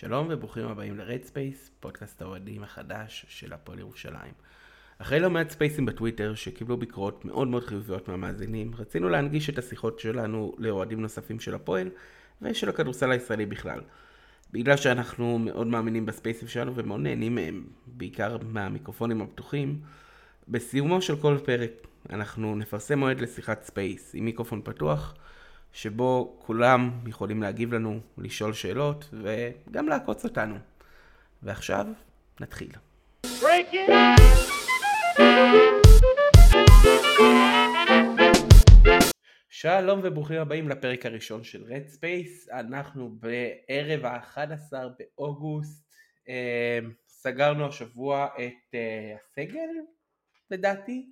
שלום וברוכים הבאים ל-Red Space, פודקאסט האוהדים החדש של הפועל ירושלים. אחרי לא מעט ספייסים בטוויטר שקיבלו ביקורות מאוד מאוד חיוביות מהמאזינים, רצינו להנגיש את השיחות שלנו לאוהדים נוספים של הפועל ושל הכדורסל הישראלי בכלל. בגלל שאנחנו מאוד מאמינים בספייסים שלנו ומאוד נהנים מהם, בעיקר מהמיקרופונים הפתוחים, בסיומו של כל פרק אנחנו נפרסם מועד לשיחת ספייס עם מיקרופון פתוח, שבו כולם יכולים להגיב לנו, לשאול שאלות וגם לעקוץ אותנו. ועכשיו נתחיל. שלום וברוכים הבאים לפרק הראשון של Red Space. אנחנו בערב ה-11 באוגוסט. סגרנו השבוע את הסגל לדעתי.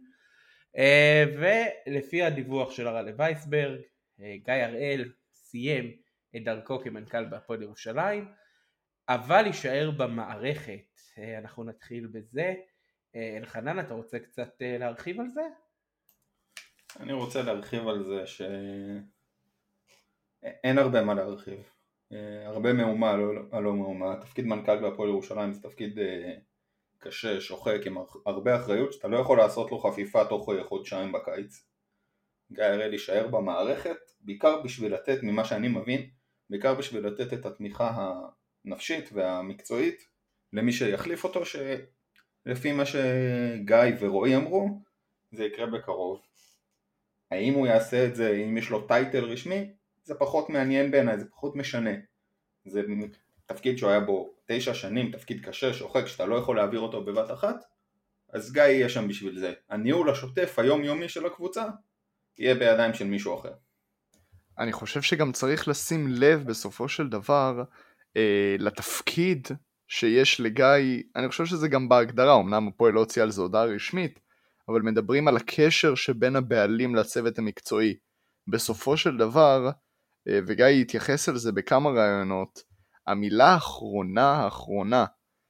ולפי הדיווח של הרלה וייסברג, גיא הראל סיים את דרכו כמנכ"ל בהפועל ירושלים, אבל יישאר במערכת. אנחנו נתחיל בזה. אלחנן, אתה רוצה קצת להרחיב על זה? אני רוצה להרחיב על זה שאין הרבה מה להרחיב. הרבה מהומה על לא מהומה. תפקיד מנכ"ל בהפועל ירושלים זה תפקיד קשה, שוחק, עם הרבה אחריות, שאתה לא יכול לעשות לו חפיפה תוך חודשיים בקיץ. גיא הראל יישאר במערכת, בעיקר בשביל לתת, ממה שאני מבין, בעיקר בשביל לתת את התמיכה הנפשית והמקצועית למי שיחליף אותו, שלפי מה שגיא ורועי אמרו, זה יקרה בקרוב. האם הוא יעשה את זה, אם יש לו טייטל רשמי, זה פחות מעניין בעיניי, זה פחות משנה. זה תפקיד שהוא היה בו 9 שנים, תפקיד קשה, שוחק, שאתה לא יכול להעביר אותו בבת אחת, אז גיא יהיה שם בשביל זה. הניהול השוטף היומיומי של הקבוצה יהיה בידיים של מישהו אחר. אני חושב שגם צריך לשים לב בסופו של דבר לתפקיד שיש לגיא. אני חושב שזה גם בהגדרה, אמנם הפועל לא הוציא על זה הודעה רשמית, אבל מדברים על הקשר שבין הבעלים לצוות המקצועי. בסופו של דבר, וגיא יתייחס על זה בכמה רעיונות, המילה האחרונה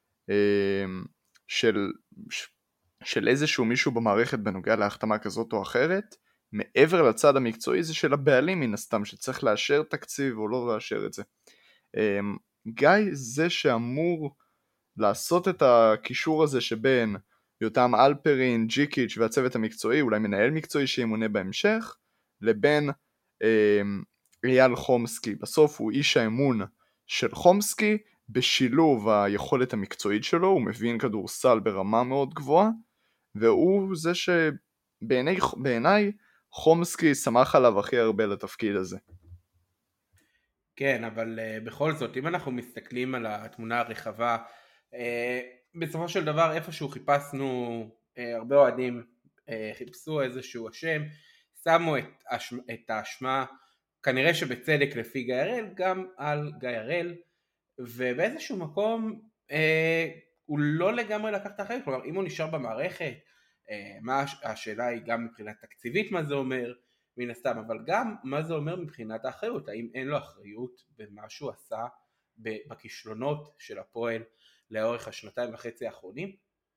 של איזשהו מישהו במערכת בנוגע להחתמה כזאת או אחרת, מעבר לצד המקצועי, זה של הבעלים מן הסתם, שצריך לאשר תקציב או לא לאשר את זה. גיא זה שאמור לעשות את הקישור הזה שבין יותם אלפרין, ג'יקיץ' והצוות המקצועי, אולי מנהל מקצועי שימונה בהמשך, לבין אייל חומסקי. בסוף הוא איש האמון של חומסקי, בשילוב היכולת המקצועית שלו, הוא מבין כדורסל ברמה מאוד גבוהה, והוא זה שבעיניי חומסקי שמח עליו הכי הרבה לתפקיד הזה. כן, אבל בכל זאת, אם אנחנו מסתכלים על התמונה הרחבה, בסופו של דבר איפשהו חיפשנו, הרבה אוהדים חיפשו איזשהו אשם, שמו את האשמה, כנראה שבצדק לפי גיא הראל, גם על גיא הראל, ובאיזשהו מקום הוא לא לגמרי לקח את האחריות. כלומר, אם הוא נשאר במערכת, השאלה היא גם מבחינת תקציבית מה זה אומר, מן הסתם, אבל גם מה זה אומר מבחינת האחריות. האם אין לו אחריות במה שהוא עשה בכישלונות של הפועל לאורך 2.5 האחרונים?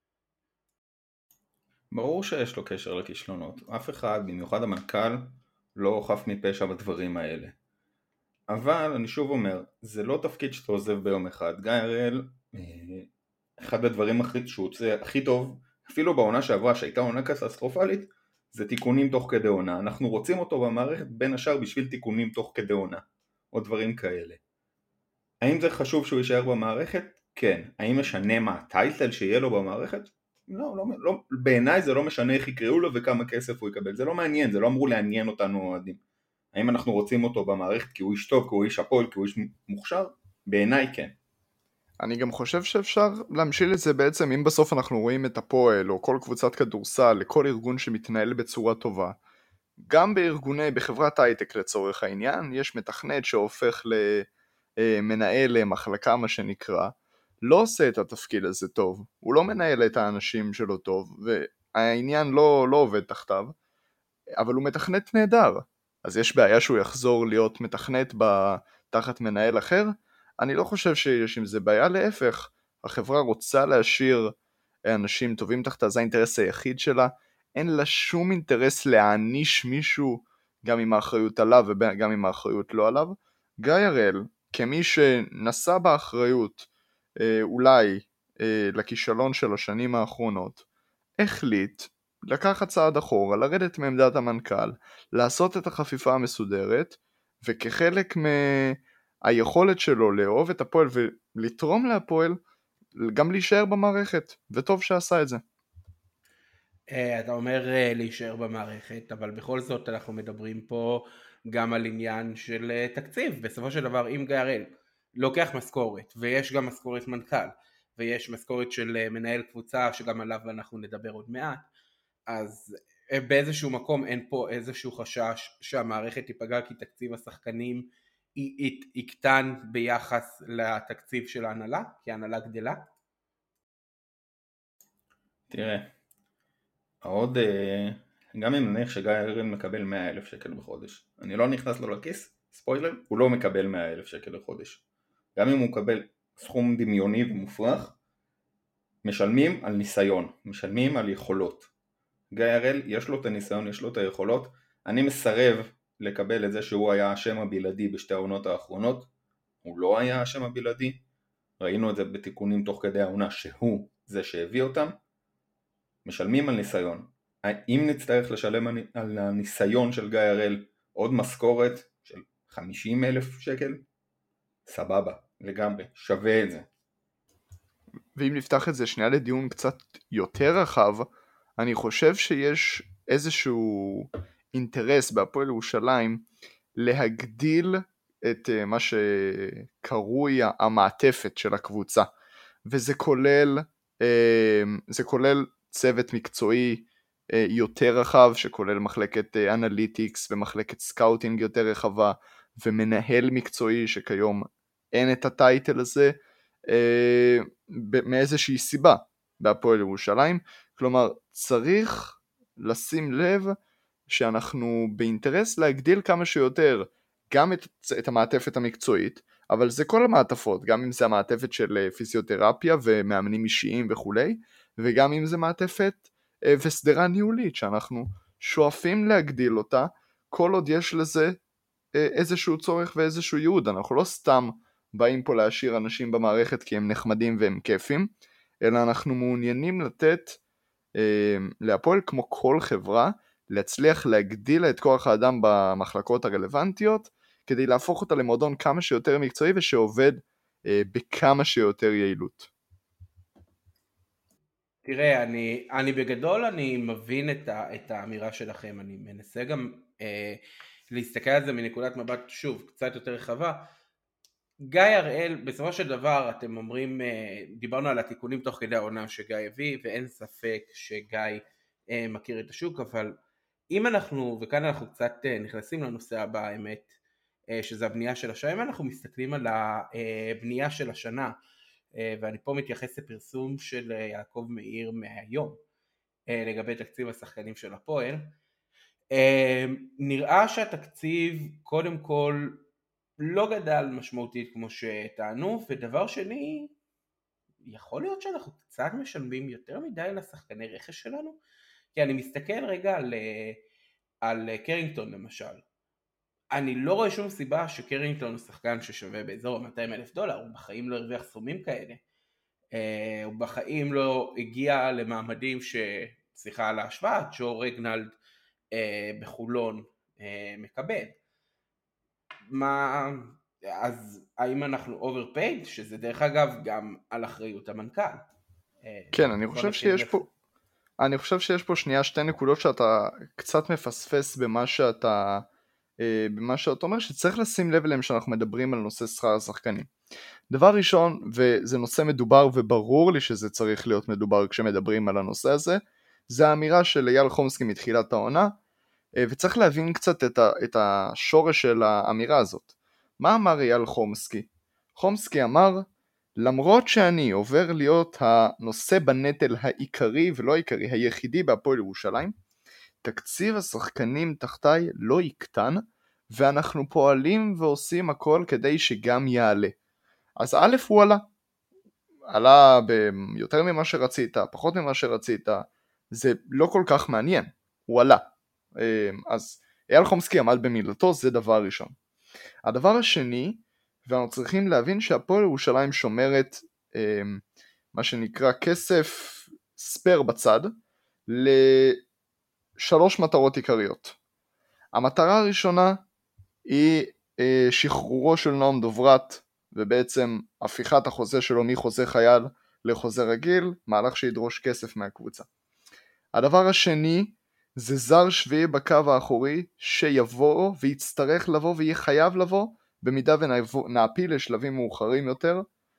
ברור שיש לו קשר לכישלונות. אף אחד, במיוחד המנכ"ל, לא חף מפשע בדברים האלה. אבל אני שוב אומר, זה לא תפקיד שאתה עוזב ביום אחד. גיא הראל, אחד הדברים שהוא עושה הכי טוב, אפילו בעונה שעברה שהייתה עונה קטסטרופלית, זה תיקונים תוך כדי עונה. אנחנו רוצים אותו במערכת בין השאר בשביל תיקונים תוך כדי עונה, או דברים כאלה. האם זה חשוב שהוא יישאר במערכת? כן. האם משנה מה הטייטל שיהיה לו במערכת? לא, בעיניי זה לא משנה איך יקראו לו וכמה כסף הוא יקבל. זה לא מעניין, זה לא אמור לעניין אותנו אוהדים. האם אנחנו רוצים אותו במערכת כי הוא איש טוב, כי הוא איש הפועל, כי הוא איש מוכשר? בעיניי כן. אני גם חושב שאפשר להמשיל את זה בעצם, אם בסוף אנחנו רואים את הפועל או כל קבוצת כדורסל, לכל ארגון שמתנהל בצורה טובה. גם בחברת הייטק לצורך העניין, יש מתכנת שהופך למנהל מחלקה מה שנקרא, לא עושה את התפקיד הזה טוב, הוא לא מנהל את האנשים שלו טוב, והעניין לא עובד תחתיו, אבל הוא מתכנת נהדר. אז יש בעיה שהוא יחזור להיות מתכנת תחת מנהל אחר? אני לא חושב שיש עם זה בעיה, להפך. החברה רוצה להשאיר אנשים טובים תחתה, זה האינטרס היחיד שלה. אין לה שום אינטרס להעניש מישהו, גם עם האחריות עליו וגם עם האחריות לא עליו. גיא הראל, כמי שנשא באחריות אולי לכישלון של השנים האחרונות, החליט לקחת צעד אחורה, לרדת מעמדת המנכ"ל, לעשות את החפיפה המסודרת, וכחלק מהיכולת שלו לאהוב את הפועל ולתרום להפועל, גם להישאר במערכת, וטוב שעשה את זה. אתה אומר להישאר במערכת, אבל בכל זאת אנחנו מדברים פה גם על עניין של תקציב. בסופו של דבר, אם גיא הראל לוקח משכורת, ויש גם משכורת מנכ"ל, ויש משכורת של מנהל קבוצה שגם עליו אנחנו נדבר עוד מעט, אז באיזשהו מקום אין פה איזשהו חשש שהמערכת תיפגע כי תקציב השחקנים יקטן ביחס לתקציב של ההנהלה, כי ההנהלה גדלה? תראה, עוד גם אם נניח שגיא הראל מקבל 100,000 שקל בחודש, אני לא נכנס לו לכיס, ספוילר, הוא לא מקבל 100,000 שקל לחודש. גם אם הוא מקבל סכום דמיוני ומופרך, משלמים על ניסיון, משלמים על יכולות. גיא הראל יש לו את הניסיון, יש לו את היכולות. אני מסרב לקבל את זה שהוא היה השם הבלעדי בשתי העונות האחרונות. הוא לא היה השם הבלעדי, ראינו את זה בתיקונים תוך כדי העונה שהוא זה שהביא אותם. משלמים על ניסיון. אם נצטרך לשלם על הניסיון של גיא הראל עוד משכורת של 50,000 שקל, סבבה, לגמרי, שווה את זה. ואם נפתח את זה שנייה לדיון קצת יותר רחב, אני חושב שיש איזשהו אינטרס בהפועל ירושלים להגדיל את מה שקרוי המעטפת של הקבוצה, וזה כולל צוות מקצועי יותר רחב, שכולל מחלקת אנליטיקס ומחלקת סקאוטינג יותר רחבה, ומנהל מקצועי שכיום אין את הטייטל הזה, מאיזושהי סיבה בהפועל ירושלים. כלומר, צריך לשים לב שאנחנו באינטרס להגדיל כמה שיותר גם את המעטפת המקצועית, אבל זה כל המעטפות, גם אם זה המעטפת של פיזיותרפיה ומאמנים אישיים וכולי, וגם אם זה מעטפת וסדרה ניהולית שאנחנו שואפים להגדיל אותה, כל עוד יש לזה איזשהו צורך ואיזשהו ייעוד. אנחנו לא סתם באים פה להשאיר אנשים במערכת כי הם נחמדים והם כיפים, אלא אנחנו מעוניינים לתת להפועל כמו כל חברה, להצליח להגדיל את כוח האדם במחלקות הרלוונטיות, כדי להפוך אותה למועדון כמה שיותר מקצועי ושעובד בכמה שיותר יעילות. תראה, אני בגדול אני מבין את האמירה שלכם, אני מנסה גם להסתכל על זה מנקודת מבט שוב קצת יותר רחבה. גיא הראל, בסופו של דבר אתם אומרים, דיברנו על התיקונים תוך כדי העונה שגיא הביא, ואין ספק שגיא מכיר את השוק, אבל אם אנחנו, וכאן אנחנו קצת נכנסים לנושא הבא האמת, שזה הבנייה של השנה, אם אנחנו מסתכלים על הבנייה של השנה, ואני פה מתייחס לפרסום של יעקב מאיר מהיום, לגבי תקציב השחקנים של הפועל, נראה שהתקציב קודם כל לא גדל משמעותית כמו שטענו, ודבר שני, יכול להיות שאנחנו קצת משלמים יותר מדי לשחקני רכש שלנו, כי אני מסתכל רגע על קרינגטון למשל, אני לא רואה שום סיבה שקרינגטון הוא שחקן ששווה באזור $200,000, הוא בחיים לא הרוויח סכומים כאלה, הוא בחיים לא הגיע למעמדים סליחה על ההשוואה, ג'ו רגנלד בחולון מקבל. אז האם אנחנו overpaid, שזה דרך אגב גם על אחריות המנכ"ל? כן, אני חושב שיש פה שנייה שתי נקודות שאתה קצת מפספס במה שאתה אומר, שצריך לשים לב אליהם שאנחנו מדברים על נושא שכר השחקנים. דבר ראשון, וזה נושא מדובר וברור לי שזה צריך להיות מדובר כשמדברים על הנושא הזה, זה האמירה של אייל חומסקי מתחילת העונה, וצריך להבין קצת את השורש של האמירה הזאת. מה אמר אייל חומסקי? חומסקי אמר, למרות שאני עובר להיות הנושא בנטל העיקרי ולא העיקרי, היחידי בהפועל ירושלים, תקציב השחקנים תחתיי לא יקטן, ואנחנו פועלים ועושים הכל כדי שגם יעלה. אז א' הוא עלה ביותר ממה שרצית, פחות ממה שרצית, זה לא כל כך מעניין, הוא עלה. אז אייל חומסקי עמד במילתו, זה דבר ראשון. הדבר השני, ואנחנו צריכים להבין שהפועל ירושלים שומרת מה שנקרא כסף ספר בצד לשלוש מטרות עיקריות. המטרה הראשונה היא שחרורו של נועם דוברת, ובעצם הפיכת החוזה שלו מחוזה חייל לחוזה רגיל, מהלך שידרוש כסף מהקבוצה. הדבר השני זה זר שביעי בקו האחורי שיבוא ויצטרך לבוא ויהיה חייב לבוא במידה ונעפיל לשלבים מאוחרים יותר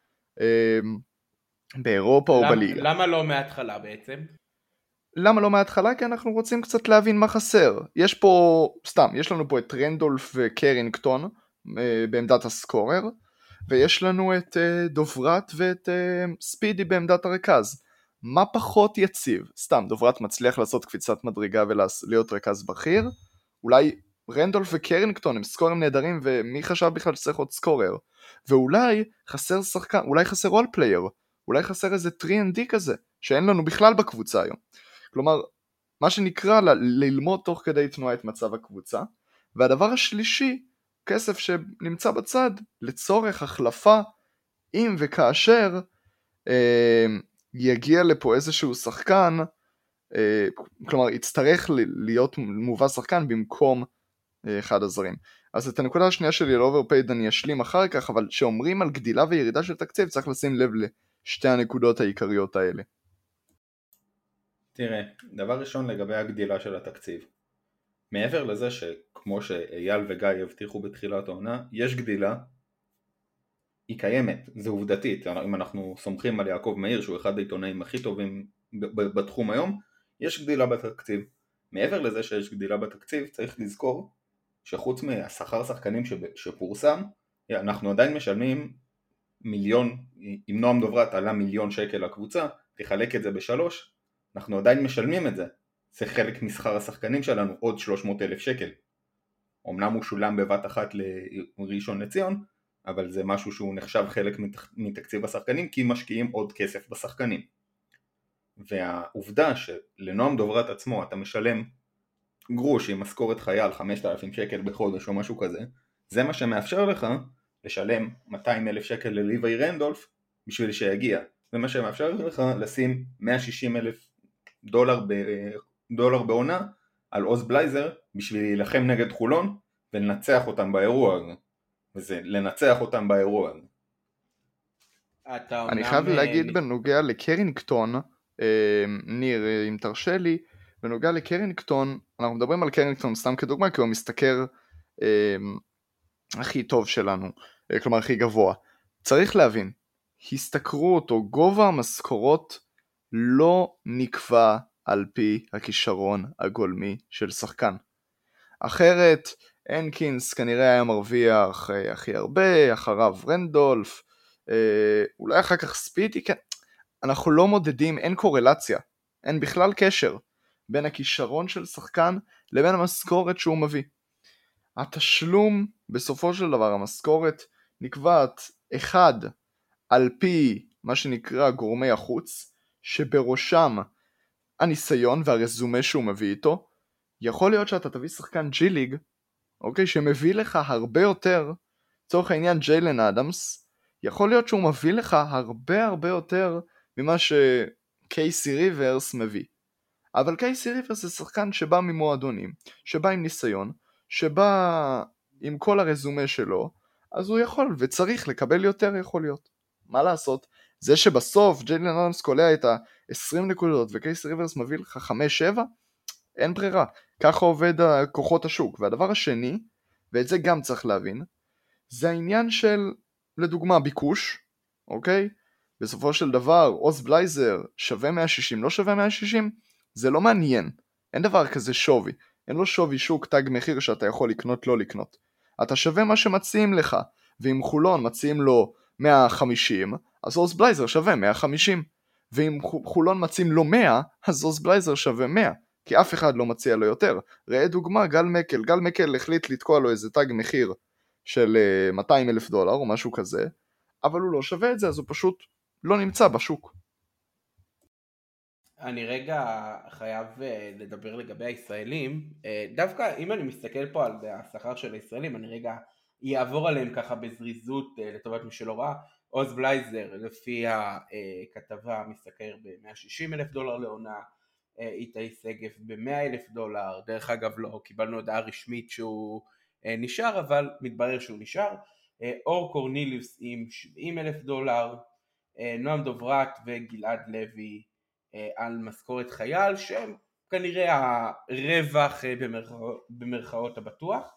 באירופה או בליגה. למה לא מההתחלה בעצם? למה לא מההתחלה? כי אנחנו רוצים קצת להבין מה חסר. יש לנו פה את רנדולף וקרינגטון בעמדת הסקורר, ויש לנו את דוברת ואת ספידי בעמדת הרכז. מה פחות יציב? דוברת מצליח לעשות קפיצת מדרגה ולהיות רכז בכיר? אולי רנדולף וקרינגטון הם סקוררים נהדרים, ומי חשב בכלל שצריך עוד סקורר? ואולי חסר שחקן, אולי חסר רול פלייר, אולי חסר איזה 3&D כזה, שאין לנו בכלל בקבוצה היום. כלומר, מה שנקרא ללמוד תוך כדי תנועה את מצב הקבוצה. והדבר השלישי, כסף שנמצא בצד לצורך החלפה אם וכאשר יגיע לפה איזשהו שחקן, כלומר יצטרך להיות מובא שחקן במקום אחד הזרים. אז את הנקודה השנייה שלי על אוברפייד אני אשלים אחר כך, אבל שאומרים על גדילה וירידה של תקציב צריך לשים לב לשתי הנקודות העיקריות האלה. תראה, דבר ראשון לגבי הגדילה של התקציב. מעבר לזה שכמו שאייל וגיא הבטיחו בתחילת העונה, יש גדילה, היא קיימת, זה עובדתית. אם אנחנו סומכים על יעקב מאיר שהוא אחד העיתונאים הכי טובים בתחום היום, יש גדילה בתקציב. מעבר לזה שיש גדילה בתקציב, צריך לזכור שחוץ מהשכר שחקנים שפורסם, אנחנו עדיין משלמים מיליון, אם נועם דוברת עלה 1,000,000 שקל לקבוצה, תחלק את זה בשלוש, אנחנו עדיין משלמים את זה. זה חלק משכר השחקנים שלנו, עוד 300,000 שקל. אמנם הוא שולם בבת אחת לראשון לציון, אבל זה משהו שהוא נחשב חלק מתקציב השחקנים, כי משקיעים עוד כסף בשחקנים. והעובדה שלנועם דוברת עצמו אתה משלם גרוש עם משכורת חייל 5,000 שקל בחודש או משהו כזה, זה מה שמאפשר לך לשלם 200,000 שקל לליווי רנדולף בשביל שיגיע. זה מה שמאפשר לך לשים 160,000 דולר בעונה על עוז בלייזר בשביל להילחם נגד חולון ולנצח אותם באירוע הזה. וזה לנצח אותם באירוע הזה. אני חייב להגיד בנוגע לקרינגטון, ניר אם תרשה לי, בנוגע לקרינגטון, אנחנו מדברים על קרינגטון סתם כדוגמה כי הוא משתכר הכי טוב שלנו, כלומר הכי גבוה. צריך להבין, השתכרות או גובה המשכורות לא נקבע על פי הכישרון הגולמי של שחקן. אחרת הנקינס כנראה היה מרוויח הכי הרבה, אחריו רנדולף, אולי אחר כך ספידי, כן. אנחנו לא מודדים, אין קורלציה, אין בכלל קשר בין הכישרון של שחקן לבין המשכורת שהוא מביא. התשלום בסופו של דבר, המשכורת נקבעת אחד על פי מה שנקרא גורמי החוץ, שבראשם הניסיון והרזומה שהוא מביא איתו. יכול להיות שאתה תביא שחקן ג'י ליג, אוקיי, שמביא לך הרבה יותר, צורך העניין ג'יילן אדמס, יכול להיות שהוא מביא לך הרבה יותר ממה שקייסי ריברס מביא. אבל קייסי ריברס זה שחקן שבא ממועדונים, שבא עם ניסיון, שבא עם כל הרזומה שלו, אז הוא יכול וצריך לקבל יותר יכול להיות. מה לעשות? זה שבסוף ג'יילן אדמס קולע את ה-20 נקודות וקייסי ריברס מביא לך 5-7, אין ברירה. ככה עובד כוחות השוק. והדבר השני, ואת זה גם צריך להבין, זה העניין של, לדוגמה, ביקוש, אוקיי? בסופו של דבר, עוז בלייזר שווה 160, לא שווה 160, זה לא מעניין. אין דבר כזה שווי. אין לו שווי שוק תג מחיר שאתה יכול לקנות, לא לקנות. אתה שווה מה שמציעים לך, ואם חולון מציעים לו 150, אז עוז בלייזר שווה 150. ואם חולון מציעים לו 100, אז עוז בלייזר שווה 100. כי אף אחד לא מציע לו יותר. ראה דוגמה, גל מקל החליט לתקוע לו איזה תג מחיר של $200,000 או משהו כזה, אבל הוא לא שווה את זה, אז הוא פשוט לא נמצא בשוק. אני רגע חייב לדבר לגבי הישראלים, דווקא אם אני מסתכל פה על השכר של הישראלים, אני רגע יעבור עליהם ככה בזריזות לטובת מי שלא ראה. עוז בלייזר לפי הכתבה משתכר ב$160,000 לעונה, איתי שגב ב$100,000, דרך אגב לא קיבלנו הודעה רשמית שהוא נשאר, אבל מתברר שהוא נשאר. אור קורניליוס עם $70,000, נועם דוברת וגלעד לוי על משכורת חייל, שהם כנראה הרווח במרכאות הבטוח.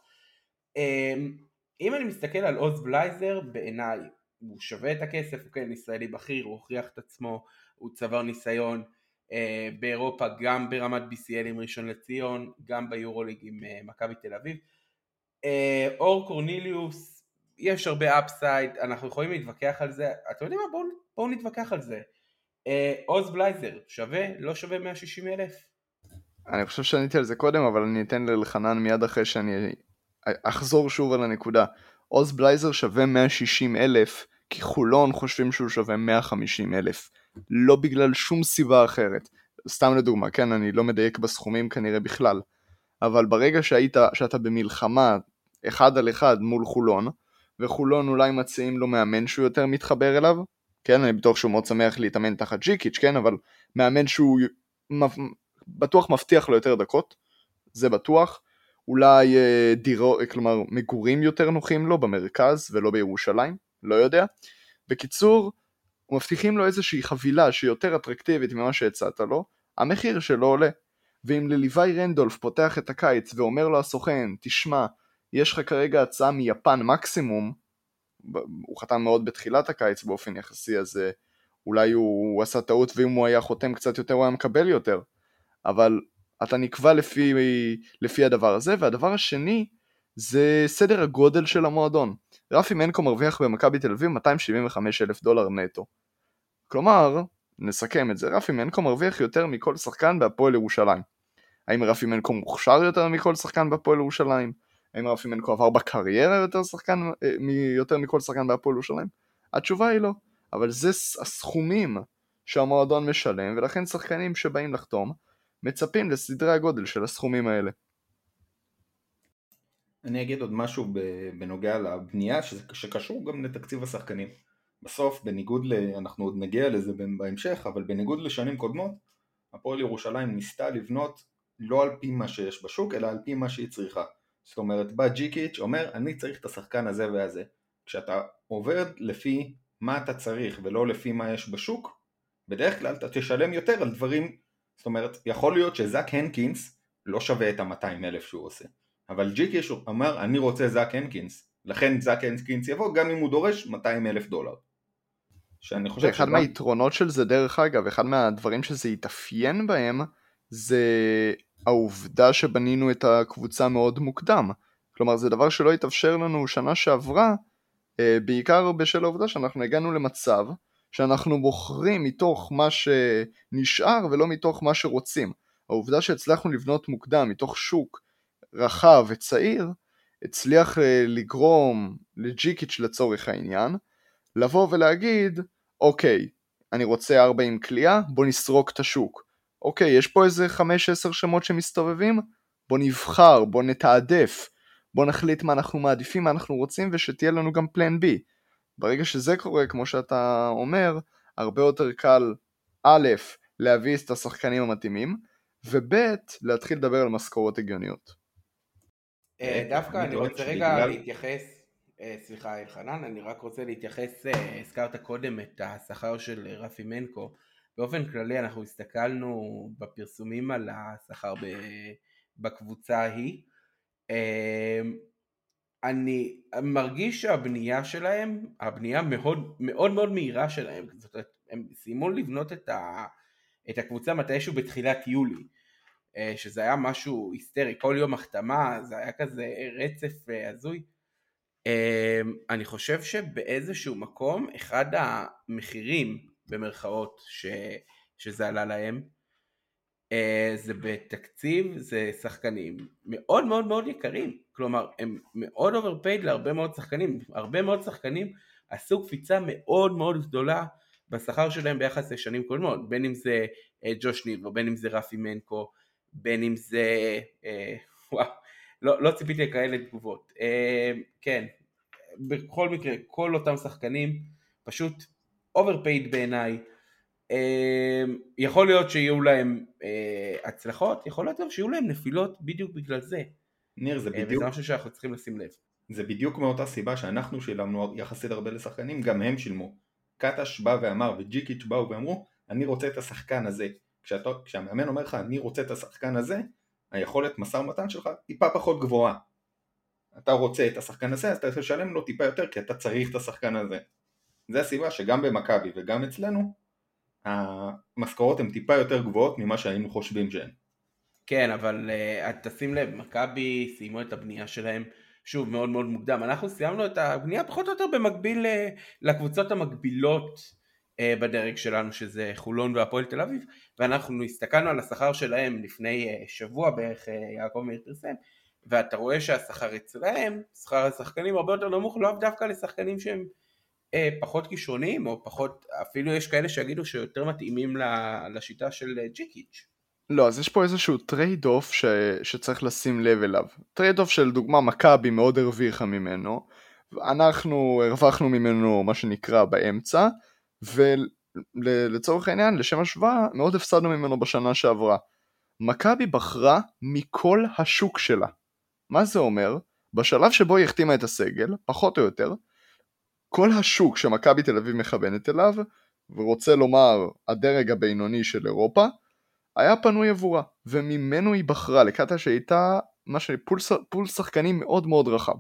אם אני מסתכל על עוז בלייזר, בעיניי הוא שווה את הכסף, הוא כן ישראלי בכיר, הוא הוכיח את עצמו, הוא צבר ניסיון באירופה, גם ברמת BCL עם ראשון לציון, גם ביורוליג עם מכבי תל אביב. אור קורניליוס, יש הרבה אפסייד, אנחנו יכולים להתווכח על זה, אתם יודעים מה, בואו נתווכח על זה. עוז בלייזר, שווה, לא שווה 160,000? אני חושב שעניתי על זה קודם, אבל אני אתן לחנן מיד אחרי שאני אחזור שוב על הנקודה. עוז בלייזר שווה 160,000, כי חולון חושבים שהוא שווה 150,000. לא בגלל שום סיבה אחרת. סתם לדוגמה, כן, אני לא מדייק בסכומים כנראה בכלל. אבל ברגע שאתה במלחמה 1 על 1 מול חולון, וחולון אולי מציעים לו מאמן שהוא יותר מתחבר אליו, כן, אני בטוח שהוא מאוד שמח להתאמן תחת ג'יקיץ', כן, אבל מאמן שהוא בטוח מבטיח לו יותר דקות, זה בטוח. אולי כלומר מגורים יותר נוחים לו במרכז ולא בירושלים, לא יודע. בקיצור, מבטיחים לו איזושהי חבילה שהיא יותר אטרקטיבית ממה שהצעת לו, המחיר שלו עולה. ואם לליווי רנדולף פותח את הקיץ ואומר לו הסוכן, תשמע, יש לך כרגע הצעה מיפן מקסימום, הוא חתם מאוד בתחילת הקיץ באופן יחסי, אז אולי הוא עשה טעות, ואם הוא היה חותם קצת יותר הוא היה מקבל יותר. אבל אתה נקבע לפי הדבר הזה. והדבר השני זה סדר הגודל של המועדון. רפי מנקו מרוויח במכבי תל אביב $275,000 נטו. כלומר, נסכם את זה, רפי מנקו מרוויח יותר מכל שחקן בהפועל ירושלים. האם רפי מנקו מוכשר יותר מכל שחקן בהפועל ירושלים? האם רפי מנקו עבר בקריירה יותר מכל שחקן בהפועל ירושלים? התשובה היא לא. אבל זה הסכומים שהמועדון משלם, ולכן שחקנים שבאים לחתום מצפים לסדרי הגודל של הסכומים האלה. אני אגיד עוד משהו בנוגע לבנייה שקשור גם לתקציב השחקנים. בסוף, אנחנו עוד נגיע לזה בהמשך, אבל בניגוד לשנים קודמות, הפועל ירושלים ניסתה לבנות לא על פי מה שיש בשוק, אלא על פי מה שהיא צריכה. זאת אומרת, בא ג'יקיץ' אומר, אני צריך את השחקן הזה והזה. כשאתה עובד לפי מה אתה צריך ולא לפי מה יש בשוק, בדרך כלל אתה תשלם יותר על דברים, זאת אומרת, יכול להיות שזק הנקינס לא שווה את ה-200,000 שהוא עושה. אבל ג'יקיץ' אמר, אני רוצה זק הנקינס, לכן זק הנקינס יבוא גם אם הוא דורש $200,000. ואחד מהיתרונות של זה, דרך אגב, אחד מהדברים שזה יתאפיין בהם, זה העובדה שבנינו את הקבוצה מאוד מוקדם. כלומר, זה דבר שלא יתאפשר לנו שנה שעברה, בעיקר בשל העובדה שאנחנו הגענו למצב שאנחנו בוחרים מתוך מה שנשאר ולא מתוך מה שרוצים. העובדה שהצלחנו לבנות מוקדם מתוך שוק רחב וצעיר, הצליח לגרום לג'יקיץ' לצורך העניין, לבוא ולהגיד, אוקיי, אני רוצה 40 קליעה, בוא נסרוק את השוק. אוקיי, יש פה איזה 5-10 שמות שמסתובבים, בוא נבחר, בוא נתעדף, בוא נחליט מה אנחנו מעדיפים, מה אנחנו רוצים, ושתהיה לנו גם פלן בי. ברגע שזה קורה, כמו שאתה אומר, הרבה יותר קל, א', להביא את השחקנים המתאימים, וב', להתחיל לדבר על משכורות הגיוניות. דווקא אני רוצה רגע להתייחס, סליחה אלחנן, אני רק רוצה להתייחס, הזכרת קודם את השכר של רפי מנקו, באופן כללי אנחנו הסתכלנו בפרסומים על השכר בקבוצה ההיא, אני מרגיש שהבנייה שלהם, הבנייה מאוד מאוד מאוד מהירה שלהם, זאת אומרת, הם סיימו לבנות את הקבוצה מתישהו בתחילת יולי, שזה היה משהו היסטרי, כל יום החתמה, זה היה כזה רצף הזוי. אני חושב שבאיזשהו מקום, אחד המחירים במרכאות שזה עלה להם, זה בתקציב, זה שחקנים מאוד מאוד מאוד יקרים, כלומר הם מאוד overpaid להרבה מאוד שחקנים, הרבה מאוד שחקנים עשו קפיצה מאוד מאוד גדולה בשכר שלהם ביחס לשנים קודמות, בין אם זה ג'וש ניב, או בין אם זה רפי מנקו, בין אם זה, וואו, לא ציפיתי לכאלה תגובות, כן, בכל מקרה, כל אותם שחקנים פשוט overpaid בעיניי. יכול להיות שיהיו להם הצלחות, יכול להיות גם שיהיו להם נפילות בדיוק בגלל זה. ניר, זה בדיוק, וזה משהו שאנחנו צריכים לשים לב. זה בדיוק מאותה סיבה שאנחנו שילמנו יחסית הרבה לשחקנים, גם הם שילמו. קטש בא ואמר וג'יקיץ' באו ואמרו, אני רוצה את השחקן הזה. כשהמאמן אומר לך, אני רוצה את השחקן הזה, היכולת משא ומתן שלך טיפה פחות גבוהה. אתה רוצה את השחקן הזה, אז אתה תשלם לו טיפה יותר, כי אתה צריך את השחקן הזה. זה הסיבה שגם במכבי וגם אצלנו, המשכורות הן טיפה יותר גבוהות ממה שהיינו חושבים שהן. כן, אבל תשים לב, מכבי סיימו את הבנייה שלהם, שוב, מאוד מאוד מוקדם. אנחנו סיימנו את הבנייה פחות או יותר במקביל לקבוצות המקבילות בדרג שלנו, שזה חולון והפועל תל אביב, ואנחנו הסתכלנו על השכר שלהם לפני שבוע בערך, יעקב מאיר פרסם, ואתה רואה שהשכר אצלהם, שכר השחקנים הרבה יותר נמוך, לא דווקא לשחקנים שהם פחות כישרוניים, או פחות, אפילו יש כאלה שיגידו שיותר מתאימים לשיטה של ג'יקיץ'. לא, אז יש פה איזשהו טרייד אוף שצריך לשים לב אליו. טרייד אוף של דוגמה מכבי מאוד הרוויחה ממנו, אנחנו הרווחנו ממנו מה שנקרא באמצע, ולצורך העניין, לשם השוואה, מאוד הפסדנו ממנו בשנה שעברה. מכבי בחרה מכל השוק שלה. מה זה אומר? בשלב שבו היא החתימה את הסגל, פחות או יותר, כל השוק שמכבי תל אביב מכוונת אליו, ורוצה לומר הדרג הבינוני של אירופה, היה פנוי עבורה, וממנו היא בחרה לקטע שהייתה פול שחקנים מאוד מאוד רחב.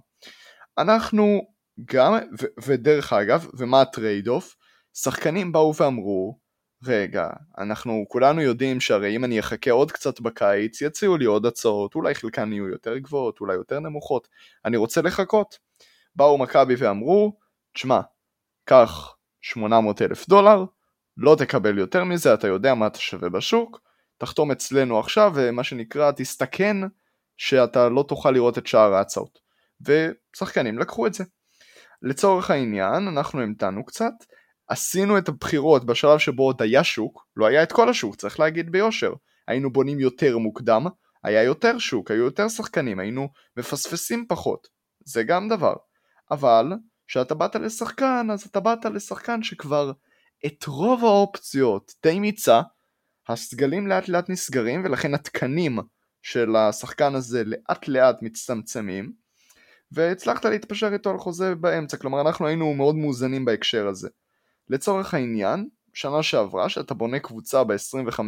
אנחנו גם, ודרך אגב, ומה הטרייד אוף, שחקנים באו ואמרו, רגע, אנחנו כולנו יודעים שהרי אם אני אחכה עוד קצת בקיץ, יציעו לי עוד הצעות, אולי חלקן יהיו יותר גבוהות, אולי יותר נמוכות, אני רוצה לחכות. באו מכבי ואמרו, תשמע, קח $800,000, לא תקבל יותר מזה, אתה יודע מה אתה שווה בשוק, תחתום אצלנו עכשיו, ומה שנקרא, תסתכן שאתה לא תוכל לראות את שאר ההצעות. ושחקנים לקחו את זה. לצורך העניין, אנחנו המתנו קצת, עשינו את הבחירות בשלב שבו עוד היה שוק, לא היה את כל השוק, צריך להגיד ביושר. היינו בונים יותר מוקדם, היה יותר שוק, היו יותר שחקנים, היינו מפספסים פחות. זה גם דבר. אבל, כשאתה באת לשחקן, אז אתה באת לשחקן שכבר את רוב האופציות די מיצה, הסגלים לאט לאט נסגרים, ולכן התקנים של השחקן הזה לאט לאט מצטמצמים, והצלחת להתפשר איתו על חוזה באמצע, כלומר אנחנו היינו מאוד מאוזנים בהקשר הזה. לצורך העניין, שנה שעברה, שאתה בונה קבוצה ב-25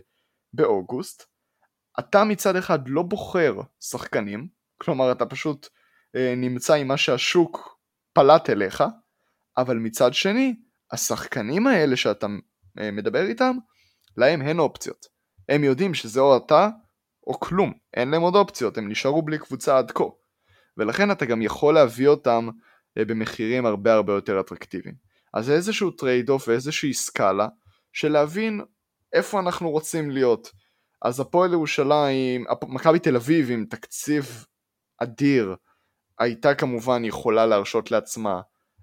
באוגוסט, אתה מצד אחד לא בוחר שחקנים, כלומר אתה פשוט נמצא עם מה שהשוק פלט אליך, אבל מצד שני, השחקנים האלה שאתה מדבר איתם, להם הן אופציות. הם יודעים שזה או אתה או כלום, אין להם עוד אופציות, הם נשארו בלי קבוצה עד כה. ולכן אתה גם יכול להביא אותם במחירים הרבה הרבה יותר אטרקטיביים. אז זה איזשהו טרייד אוף ואיזושהי סקאלה של להבין איפה אנחנו רוצים להיות. אז הפועל ירושלים, מכבי תל אביב עם תקציב אדיר, הייתה כמובן יכולה להרשות לעצמה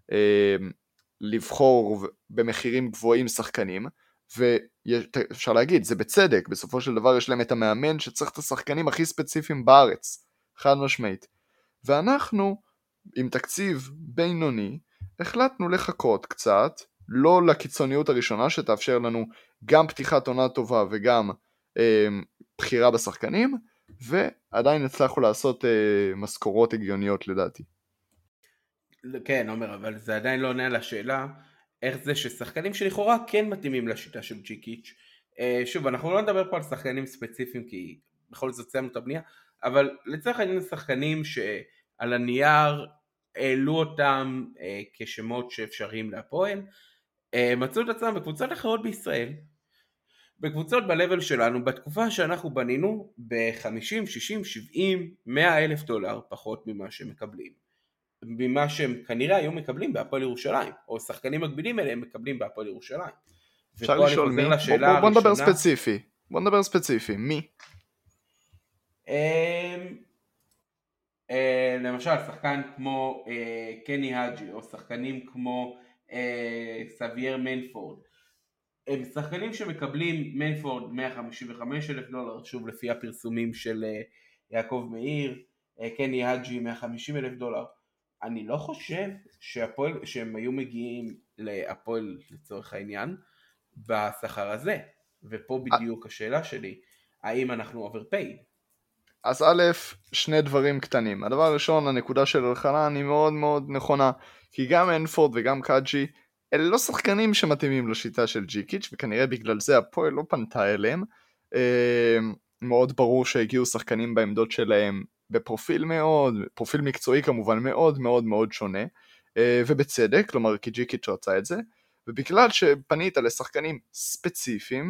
לבחור במחירים גבוהים שחקנים, ואפשר להגיד, זה בצדק, בסופו של דבר יש להם את המאמן שצריך את השחקנים הכי ספציפיים בארץ, חד משמעית. ואנחנו, עם תקציב בינוני, החלטנו לחכות קצת, לא לקיצוניות הראשונה שתאפשר לנו גם פתיחת עונה טובה וגם בחירה בשחקנים, ועדיין הצלחנו לעשות משכורות הגיוניות לדעתי. כן, עומר, אבל זה עדיין לא עונה על השאלה, איך זה ששחקנים שלכאורה כן מתאימים לשיטה של ג'יקיץ'. שוב, אנחנו לא נדבר פה על שחקנים ספציפיים, כי בכל זאת סיימנו את הבנייה, אבל לצורך העניין שחקנים שעל הנייר העלו אותם כשמות שאפשריים להפועל, מצאו את עצמם בקבוצות אחרות בישראל, בקבוצות בלבל שלנו, בתקופה שאנחנו בנינו ב-50, 60, 70, 100 אלף דולר פחות ממה שהם מקבלים. ממה שהם כנראה היו מקבלים בהפועל ירושלים, או שחקנים מקבילים אליהם מקבלים בהפועל ירושלים. אפשר לשאול מי? בוא נדבר ספציפי, מי? למשל שחקן כמו קני האג'י, או שחקנים כמו סבייר מנפורד, הם שחקנים שמקבלים מנפורד 155,000 דולר, שוב לפי הפרסומים של יעקב מאיר, קני האג'י 150,000 דולר. אני לא חושב שהם היו מגיעים להפועל לצורך העניין בשכר הזה, ופה בדיוק השאלה שלי, האם אנחנו overpaid? אז א', שני דברים קטנים. הדבר הראשון, הנקודה של אלחנן היא מאוד מאוד נכונה, כי גם אנפורד וגם קאג'י, אלה לא שחקנים שמתאימים לשיטה של ג'יקיץ', וכנראה בגלל זה הפועל לא פנתה אליהם. מאוד ברור שהגיעו שחקנים בעמדות שלהם בפרופיל פרופיל מקצועי כמובן מאוד מאוד מאוד שונה, ובצדק, כלומר כי ג'יקיץ' רצה את זה, ובגלל שפנית לשחקנים ספציפיים,